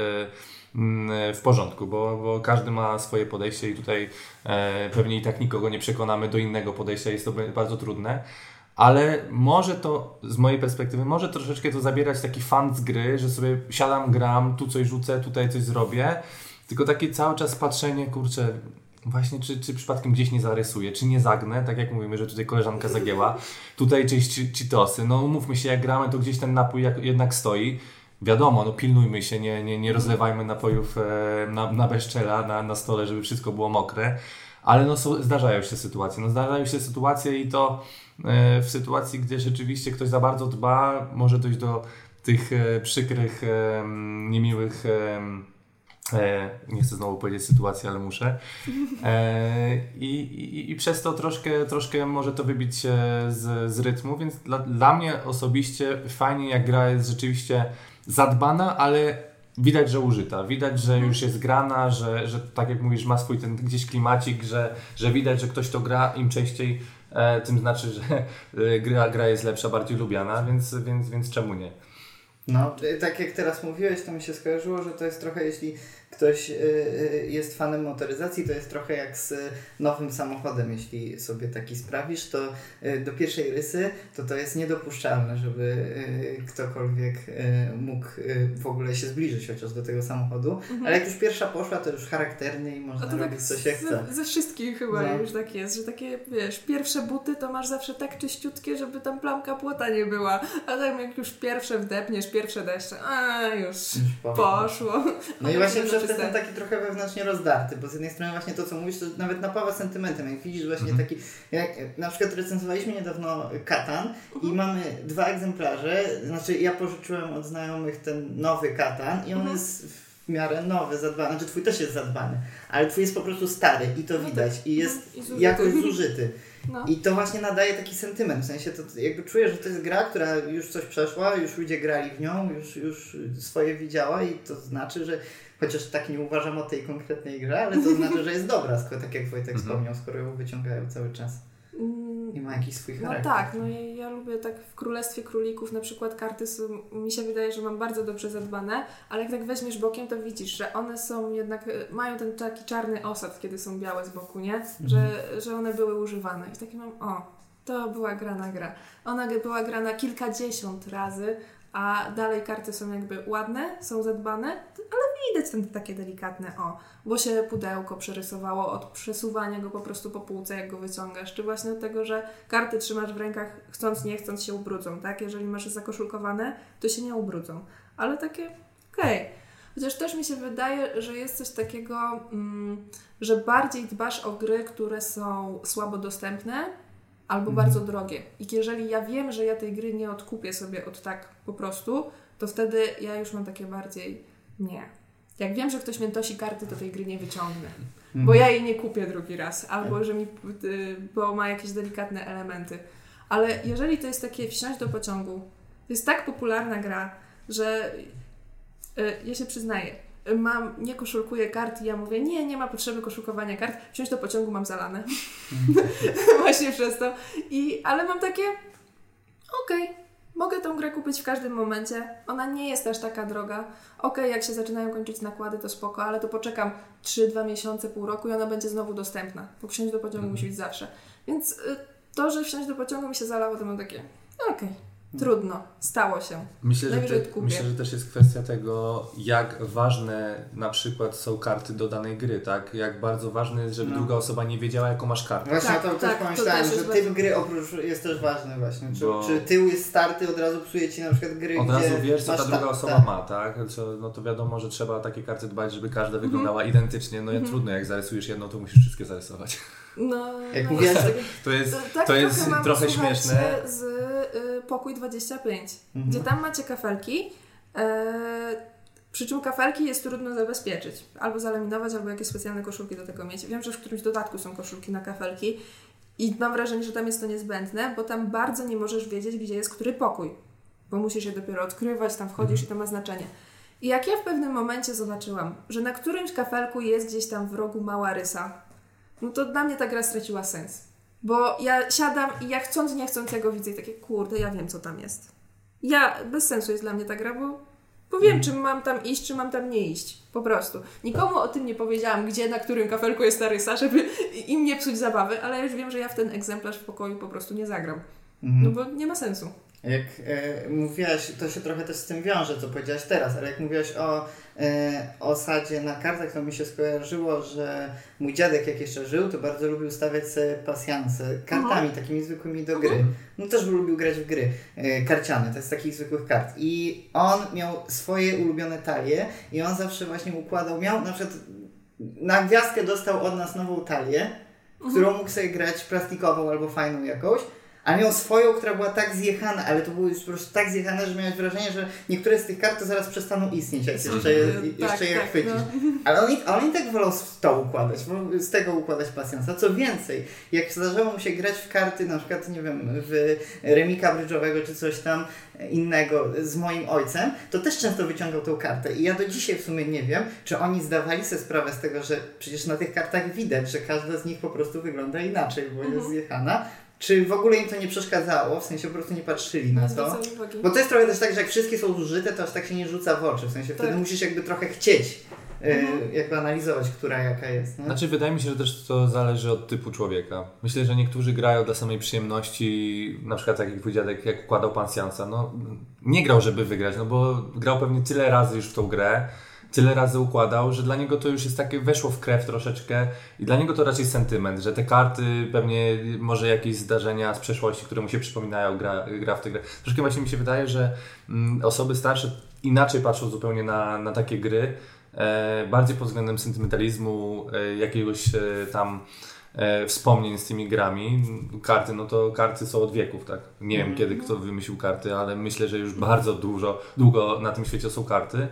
w porządku, bo, bo każdy ma swoje podejście i tutaj e, pewnie i tak nikogo nie przekonamy do innego podejścia. Jest to bardzo trudne. Ale może to, z mojej perspektywy, może troszeczkę to zabierać taki fan z gry, że sobie siadam, gram, tu coś rzucę, tutaj coś zrobię. Tylko takie cały czas patrzenie, kurczę, właśnie czy, czy przypadkiem gdzieś nie zarysuję, czy nie zagnę, tak jak mówimy, że tutaj koleżanka zagięła. Tutaj czyś cheatosy. No umówmy się, jak gramy, to gdzieś ten napój jak, jednak stoi. Wiadomo, no pilnujmy się, nie, nie, nie rozlewajmy napojów e, na, na bezczela, na, na stole, żeby wszystko było mokre. Ale no są, zdarzają się sytuacje. No zdarzają się sytuacje i to e, w sytuacji, gdzie rzeczywiście ktoś za bardzo dba, może dojść do tych e, przykrych, e, niemiłych, e, e, nie chcę znowu powiedzieć sytuacji, ale muszę. E, i, i, I przez to troszkę, troszkę może to wybić się z, z rytmu, więc dla, dla mnie osobiście fajnie, jak gra jest rzeczywiście zadbana, ale widać, że użyta. Widać, że już jest grana, że, że tak jak mówisz, ma swój ten gdzieś klimacik, że, że widać, że ktoś to gra, im częściej e, tym znaczy, że e, gra, gra jest lepsza, bardziej lubiana, więc, więc, więc czemu nie? No, tak jak teraz mówiłeś, to mi się skojarzyło, że to jest trochę, jeśli ktoś y, jest fanem motoryzacji, to jest trochę jak z nowym samochodem. Jeśli sobie taki sprawisz, to y, do pierwszej rysy to to jest niedopuszczalne, żeby y, ktokolwiek y, mógł y, w ogóle się zbliżyć chociaż do tego samochodu. Mhm. Ale jak już pierwsza poszła, to już charakternie i można robić tak co się chce. Ze, ze wszystkich chyba no. już tak jest, że takie, wiesz, pierwsze buty to masz zawsze tak czyściutkie, żeby tam plamka płota nie była. A tak jak już pierwsze wdepniesz, pierwsze deszcze, a już, już poszło. No i właśnie przez to jestem taki trochę wewnętrznie rozdarty, bo z jednej strony właśnie to, co mówisz, to nawet napawa sentymentem. Jak widzisz właśnie mm. taki, jak na przykład recenzowaliśmy niedawno Katan mm. i mamy dwa egzemplarze, znaczy ja pożyczyłem od znajomych ten nowy Katan i on mm. jest w miarę nowy, zadbany, znaczy twój też jest zadbany, ale twój jest po prostu stary i to no widać tak. i jest no, i jakoś zużyty. No. I to właśnie nadaje taki sentyment, w sensie to jakby czuję, że to jest gra, która już coś przeszła, już ludzie grali w nią, już, już swoje widziała i to znaczy, że chociaż tak nie uważam o tej konkretnej grze, ale to znaczy, że jest dobra, skoro, tak jak Wojtek wspomniał, skoro ją wyciągają cały czas. I ma jakiś swój charakter. No tak, no ja, ja lubię tak w Królestwie Królików na przykład karty są, mi się wydaje, że mam bardzo dobrze zadbane, ale jak tak weźmiesz bokiem, to widzisz, że one są jednak, mają ten taki czarny osad, kiedy są białe z boku, nie? Mhm. Że, że one były używane. I taki mam, o, to była grana gra. Ona była grana kilkadziesiąt razy, a dalej karty są jakby ładne, są zadbane, ale widać ten takie delikatne o, bo się pudełko przerysowało od przesuwania go po prostu po półce, jak go wyciągasz, czy właśnie od tego, że karty trzymasz w rękach, chcąc nie chcąc się ubrudzą, tak? Jeżeli masz zakoszulkowane, to się nie ubrudzą, ale takie okej. Okay. Chociaż też mi się wydaje, że jest coś takiego, mm, że bardziej dbasz o gry, które są słabo dostępne, albo mhm. bardzo drogie. I jeżeli ja wiem, że ja tej gry nie odkupię sobie od tak po prostu, to wtedy ja już mam takie bardziej nie. Jak wiem, że ktoś mnie tosi karty, to tej gry nie wyciągnę. Mhm. Bo ja jej nie kupię drugi raz. Albo że mi, bo ma jakieś delikatne elementy. Ale jeżeli to jest takie wsiąść do pociągu, to jest tak popularna gra, że yy, ja się przyznaję, mam, nie koszulkuję kart i ja mówię, nie, nie ma potrzeby koszulkowania kart, wsiąść do pociągu mam zalane. Mm. Właśnie przez to. I, ale mam takie, okej, okay, mogę tą grę kupić w każdym momencie, ona nie jest aż taka droga. Okej, okay, jak się zaczynają kończyć nakłady, to spoko, ale to poczekam trzy dwa miesiące, pół roku i ona będzie znowu dostępna, bo wsiąść do pociągu mm. musi być zawsze. Więc y, to, że wsiąść do pociągu mi się zalało, to mam takie, okej. Okay. Trudno, stało się. Myślę, że te, myślę, że też jest kwestia tego, jak ważne na przykład są karty do danej gry, tak? Jak bardzo ważne jest, żeby no. druga osoba nie wiedziała, jaką masz kartę. Właśnie tak, to tak, też pomyślałem, że typ bardzo... gry oprócz jest też ważny właśnie. Czy, Bo... czy tył jest starty, od razu psuje ci na przykład gry, od gdzie razu wiesz, co ta druga osoba ta. ma, tak? Co, no to wiadomo, że trzeba takie karty dbać, żeby każda mm-hmm. wyglądała identycznie. No ja mm-hmm. trudno, jak zarysujesz jedną, to musisz wszystkie zarysować. No, jak no mówiłaś, tak, to jest, tak to jest trochę, trochę śmieszne. Z y, Pokój dwadzieścia pięć, mhm. gdzie tam macie kafelki, y, przy czym kafelki jest trudno zabezpieczyć. Albo zalaminować, albo jakieś specjalne koszulki do tego mieć. Wiem, że w którymś dodatku są koszulki na kafelki i mam wrażenie, że tam jest to niezbędne, bo tam bardzo nie możesz wiedzieć, gdzie jest który pokój. Bo musisz je dopiero odkrywać, tam wchodzisz mhm. i to ma znaczenie. I jak ja w pewnym momencie zobaczyłam, że na którymś kafelku jest gdzieś tam w rogu mała rysa, no to dla mnie ta gra straciła sens. Bo ja siadam i ja chcąc, nie chcąc, ja go widzę i takie, kurde, ja wiem, co tam jest. Ja, bez sensu jest dla mnie ta gra, bo, bo wiem, mm. czy mam tam iść, czy mam tam nie iść. Po prostu. Nikomu o tym nie powiedziałam, gdzie, na którym kafelku jest ta rysa, żeby im nie psuć zabawy, ale ja już wiem, że ja w ten egzemplarz w pokoju po prostu nie zagram. Mm. No bo nie ma sensu. Jak e, mówiłaś, to się trochę też z tym wiąże, co powiedziałaś teraz, ale jak mówiłaś o e, osadzie na kartach, to mi się skojarzyło, że mój dziadek jak jeszcze żył, to bardzo lubił stawiać sobie pasjanse kartami, Aha. takimi zwykłymi do gry. No też lubił grać w gry e, karciane, to jest takich zwykłych kart. I on miał swoje ulubione talie i on zawsze właśnie układał, miał na przykład na gwiazdkę dostał od nas nową talię, w którą mógł sobie grać plastikową albo fajną jakąś. A miał swoją, która była tak zjechana, ale to było już po prostu tak zjechane, że miałeś wrażenie, że niektóre z tych kart to zaraz przestaną istnieć, jak jeszcze, je, jeszcze tak, je tak, chwycisz. No. Ale on, on i tak wolał to układać, z tego układać pasjansa. Co więcej, jak zdarzało mu się grać w karty, na przykład, nie wiem, w remika brydżowego czy coś tam innego z moim ojcem, to też często wyciągał tą kartę. I ja do dzisiaj w sumie nie wiem, czy oni zdawali sobie sprawę z tego, że przecież na tych kartach widać, że każda z nich po prostu wygląda inaczej, bo mhm. jest zjechana. Czy w ogóle im to nie przeszkadzało, w sensie po prostu nie patrzyli na to. Bo to jest trochę też tak, że jak wszystkie są zużyte, to aż tak się nie rzuca w oczy. W sensie tak. wtedy musisz jakby trochę chcieć mhm. jakby analizować, która jaka jest. Nie? Znaczy wydaje mi się, że też to zależy od typu człowieka. Myślę, że niektórzy grają dla samej przyjemności, na przykład tak jak twój dziadek, jak układał pasjansa, no nie grał, żeby wygrać, no bo grał pewnie tyle razy już w tą grę, tyle razy układał, że dla niego to już jest takie, weszło w krew troszeczkę i dla niego to raczej sentyment, że te karty, pewnie może jakieś zdarzenia z przeszłości, które mu się przypominają, gra, gra w tę grę. Troszkę właśnie mi się wydaje, że mm, osoby starsze inaczej patrzą zupełnie na, na takie gry, e, bardziej pod względem sentymentalizmu, e, jakiegoś e, tam e, wspomnień z tymi grami. Karty, no to karty są od wieków, tak? Nie wiem, mm-hmm. kiedy kto wymyślił karty, ale myślę, że już bardzo dużo, długo na tym świecie są karty.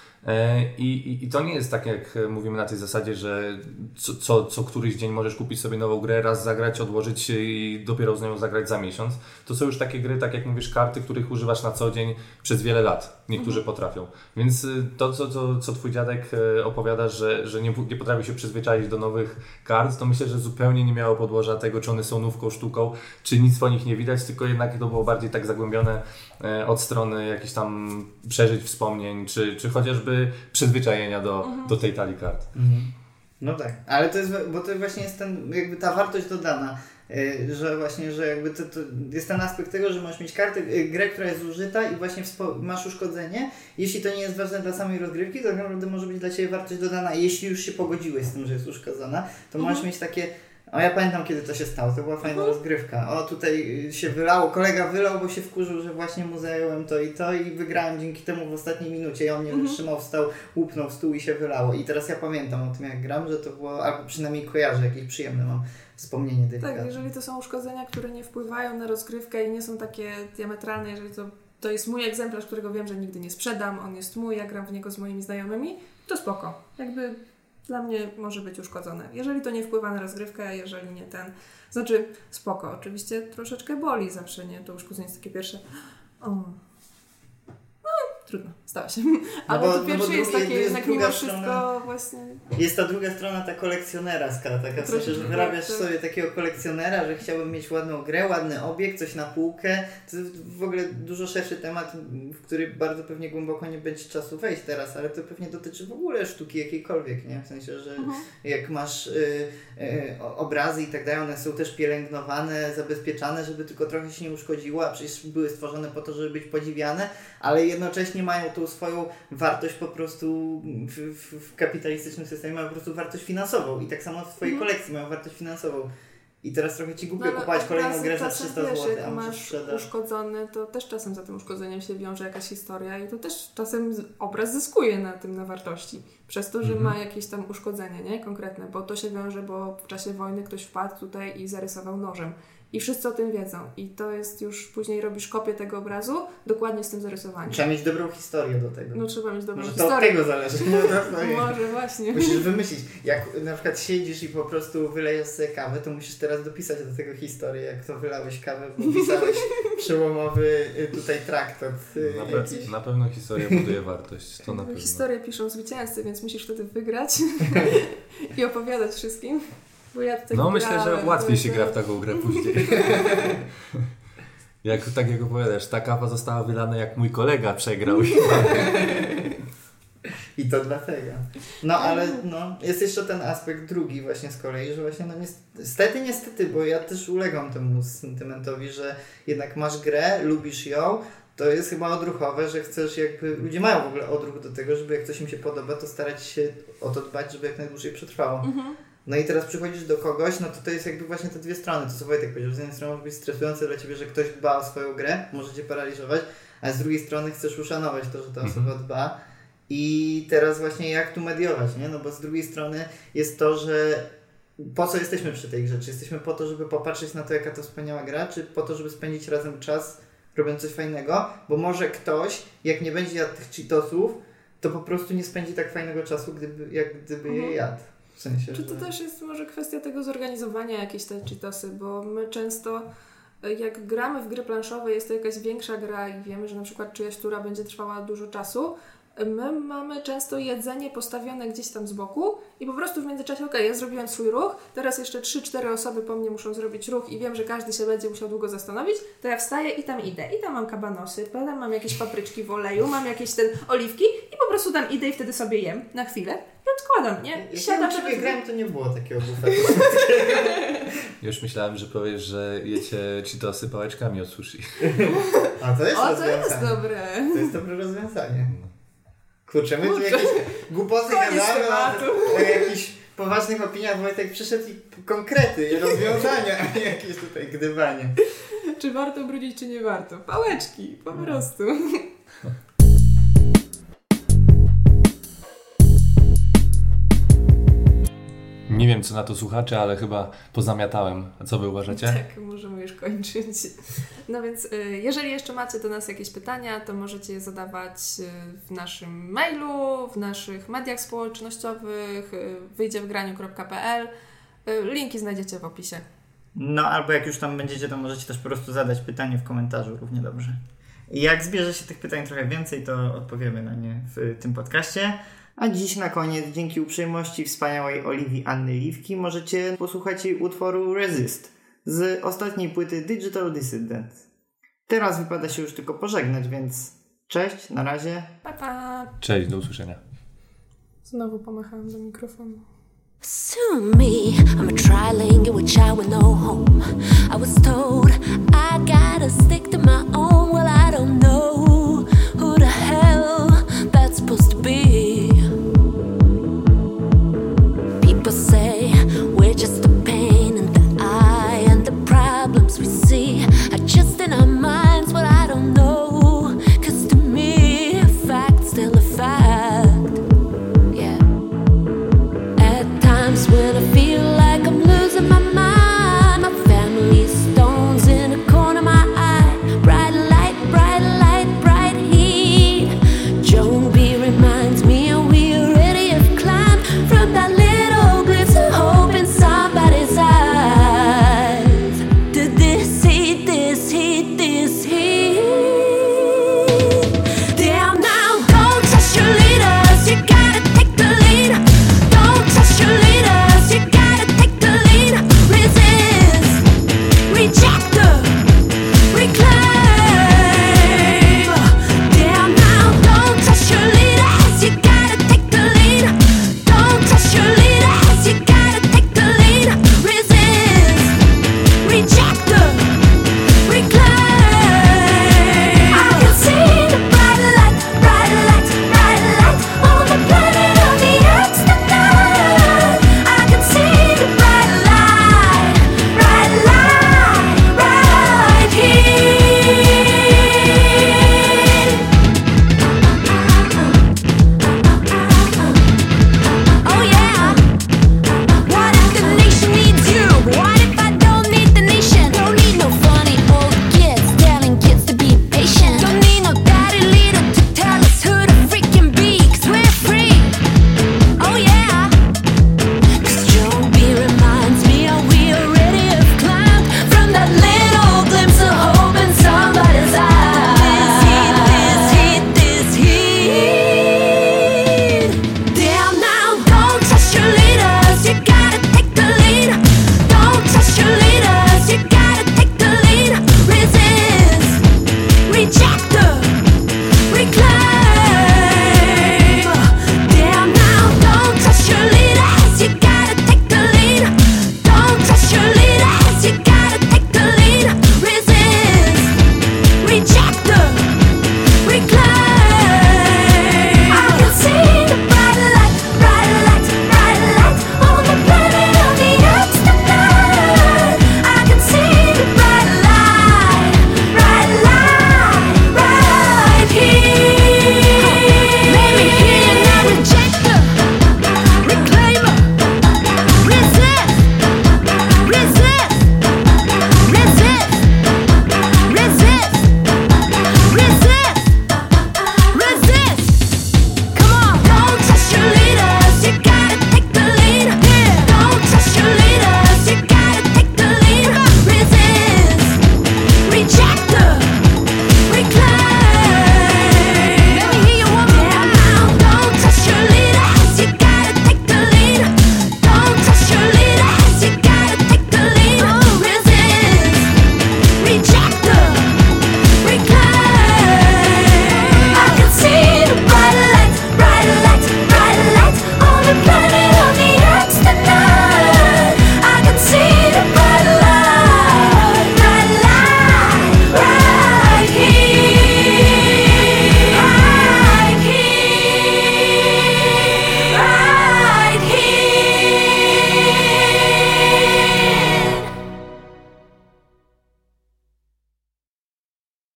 I, i, I to nie jest tak, jak mówimy na tej zasadzie, że co, co, co któryś dzień możesz kupić sobie nową grę, raz zagrać, odłożyć i dopiero z nią zagrać za miesiąc. To są już takie gry, tak jak mówisz, karty, których używasz na co dzień przez wiele lat. Niektórzy mhm. potrafią. Więc to, co, co, co twój dziadek opowiada, że, że nie, nie potrafi się przyzwyczaić do nowych kart, to myślę, że zupełnie nie miało podłoża tego, czy one są nówką, sztuką, czy nic po nich nie widać, tylko jednak to było bardziej tak zagłębione od strony jakichś tam przeżyć, wspomnień, czy, czy chociażby przyzwyczajenia do, mhm. do tej talii kart. Mhm. No tak, ale to jest, bo to właśnie jest ten, jakby ta wartość dodana, yy, że właśnie, że jakby to, to jest ten aspekt tego, że możesz mieć kartę, yy, grę, która jest zużyta i właśnie wspo- masz uszkodzenie. Jeśli to nie jest ważne dla samej rozgrywki, to tak naprawdę może być dla Ciebie wartość dodana. Jeśli już się pogodziłeś z tym, że jest uszkodzona, to mhm. możesz mieć takie. O, ja pamiętam, kiedy to się stało, to była fajna mhm. rozgrywka. O, tutaj się wylało, kolega wylał, bo się wkurzył, że właśnie mu zająłem to i to i wygrałem dzięki temu w ostatniej minucie i on nie mhm. wytrzymał, wstał, łupnął w stół i się wylało. I teraz ja pamiętam o tym, jak gram, że to było, albo przynajmniej kojarzę, jakieś przyjemne mam wspomnienie tej Tak, jeżeli to są uszkodzenia, które nie wpływają na rozgrywkę i nie są takie diametralne, jeżeli to, to jest mój egzemplarz, którego wiem, że nigdy nie sprzedam, on jest mój, ja gram w niego z moimi znajomymi, to spoko. Jakby dla mnie może być uszkodzone. Jeżeli to nie wpływa na rozgrywkę, jeżeli nie ten... Znaczy, spoko. Oczywiście troszeczkę boli zawsze, nie? To uszkodzenie jest takie pierwsze... O. No, trudno. Stało się. Ale no bo, to pierwsze no jest takie, jest jednak mimo wszystko strona, właśnie... Jest ta druga strona, ta kolekcjonerska, taka w sensie, że wyrabiasz tak, sobie takiego kolekcjonera, że chciałbym mieć ładną grę, ładny obiekt, coś na półkę. To jest w ogóle dużo szerszy temat, w który bardzo pewnie głęboko nie będzie czasu wejść teraz, ale to pewnie dotyczy w ogóle sztuki jakiejkolwiek, nie? W sensie, że mhm. jak masz y, y, obrazy i tak dalej, one są też pielęgnowane, zabezpieczane, żeby tylko trochę się nie uszkodziło, a przecież były stworzone po to, żeby być podziwiane, ale jednocześnie mają tą swoją wartość po prostu w, w, w kapitalistycznym systemie, mają po prostu wartość finansową i tak samo w twojej mm. kolekcji mają wartość finansową. I teraz trochę ci głupio no, kupować kolejną grę za trzysta złotych, a masz sprzeda. uszkodzony, to też czasem za tym uszkodzeniem się wiąże jakaś historia i to też czasem obraz zyskuje na tym, na wartości. Przez to, że mm-hmm. ma jakieś tam uszkodzenie, nie? Konkretne, bo to się wiąże, bo w czasie wojny ktoś wpadł tutaj i zarysował nożem. I wszyscy o tym wiedzą. I to jest już, później robisz kopię tego obrazu, dokładnie z tym zarysowaniem. Trzeba mieć dobrą historię do tego. No trzeba mieć dobrą Może historię. To od tego zależy. Może właśnie. Musisz wymyślić. Jak na przykład siedzisz i po prostu wylejesz sobie kawę, to musisz teraz dopisać do tego historię, jak to wylałeś kawę, bo pisałeś przełomowy tutaj traktat. Na, pe- na pewno historia buduje wartość. To na pewno. Historię piszą zwycięzcy, więc musisz wtedy wygrać i opowiadać wszystkim. Ja no myślę, grałem, że łatwiej się gra w taką grę później. jak tak jak opowiadasz, ta kawa została wylana jak mój kolega przegrał. I to dlatego. No ale no, jest jeszcze ten aspekt drugi właśnie z kolei, że właśnie no niestety, niestety, bo ja też ulegam temu sentymentowi, że jednak masz grę, lubisz ją, to jest chyba odruchowe, że chcesz jakby, ludzie mają w ogóle odruch do tego, żeby jak coś im się podoba, to starać się o to dbać, żeby jak najdłużej przetrwało. Mhm. No i teraz przychodzisz do kogoś, no to to jest jakby właśnie te dwie strony, to co Wojtek powiedział, z jednej strony może być stresujące dla Ciebie, że ktoś dba o swoją grę, może Cię paraliżować, a z drugiej strony chcesz uszanować to, że ta osoba dba i teraz właśnie jak tu mediować, nie? No bo z drugiej strony jest to, że po co jesteśmy przy tej grze? Czy jesteśmy po to, żeby popatrzeć na to, jaka to wspaniała gra, czy po to, żeby spędzić razem czas, robiąc coś fajnego? Bo może ktoś, jak nie będzie jadł tych cheatosów, to po prostu nie spędzi tak fajnego czasu, gdyby, jak gdyby je jadł. W sensie, Czy to że... też jest może kwestia tego zorganizowania jakieś te cheatosy, bo my często jak gramy w gry planszowe, jest to jakaś większa gra i wiemy, że na przykład czyjaś tura będzie trwała dużo czasu, my mamy często jedzenie postawione gdzieś tam z boku i po prostu w międzyczasie, okej, okay, ja zrobiłem swój ruch, teraz jeszcze trzy cztery osoby po mnie muszą zrobić ruch i wiem, że każdy się będzie musiał długo zastanowić, to ja wstaję i tam idę. I tam mam kabanosy, tam mam jakieś papryczki w oleju, mam jakieś ten oliwki i po prostu tam idę i wtedy sobie jem na chwilę. I odkładam, nie? Jak Siadam ja na ciebie grałem, to nie było takiego bufetu. Już myślałem, że powiesz, że jecie Cheetosy pałeczkami od sushi. A to jest O, to rozwiązanie. jest dobre. To jest dobre rozwiązanie. Kurczę, my tu Kurczę. jakieś głupoty Koniec gadamy tematu. o, o jakichś poważnych opiniach, Wojtek przyszedł i konkrety, i rozwiązania, a nie jakieś tutaj gdybanie. Czy warto brudzić, czy nie warto? Pałeczki, po prostu. Nie wiem, co na to słuchacze, ale chyba pozamiatałem. A co wy uważacie? Tak, możemy już kończyć. No więc y, jeżeli jeszcze macie do nas jakieś pytania, to możecie je zadawać y, w naszym mailu, w naszych mediach społecznościowych, y, wyjdzie w graniu kropka pe el. Y, linki znajdziecie w opisie. No albo jak już tam będziecie, to możecie też po prostu zadać pytanie w komentarzu równie dobrze. I jak zbierze się tych pytań trochę więcej, to odpowiemy na nie w tym podcaście. A dziś na koniec, dzięki uprzejmości wspaniałej Oliwii Anny Liwki, możecie posłuchać jej utworu Resist z ostatniej płyty Digital Dissident. Teraz wypada się już tylko pożegnać, więc cześć, na razie. Pa, pa. Cześć, do usłyszenia. Znowu pomachałam do mikrofonu. To me, I'm a trilingual child with no home. I was told I gotta stick to my own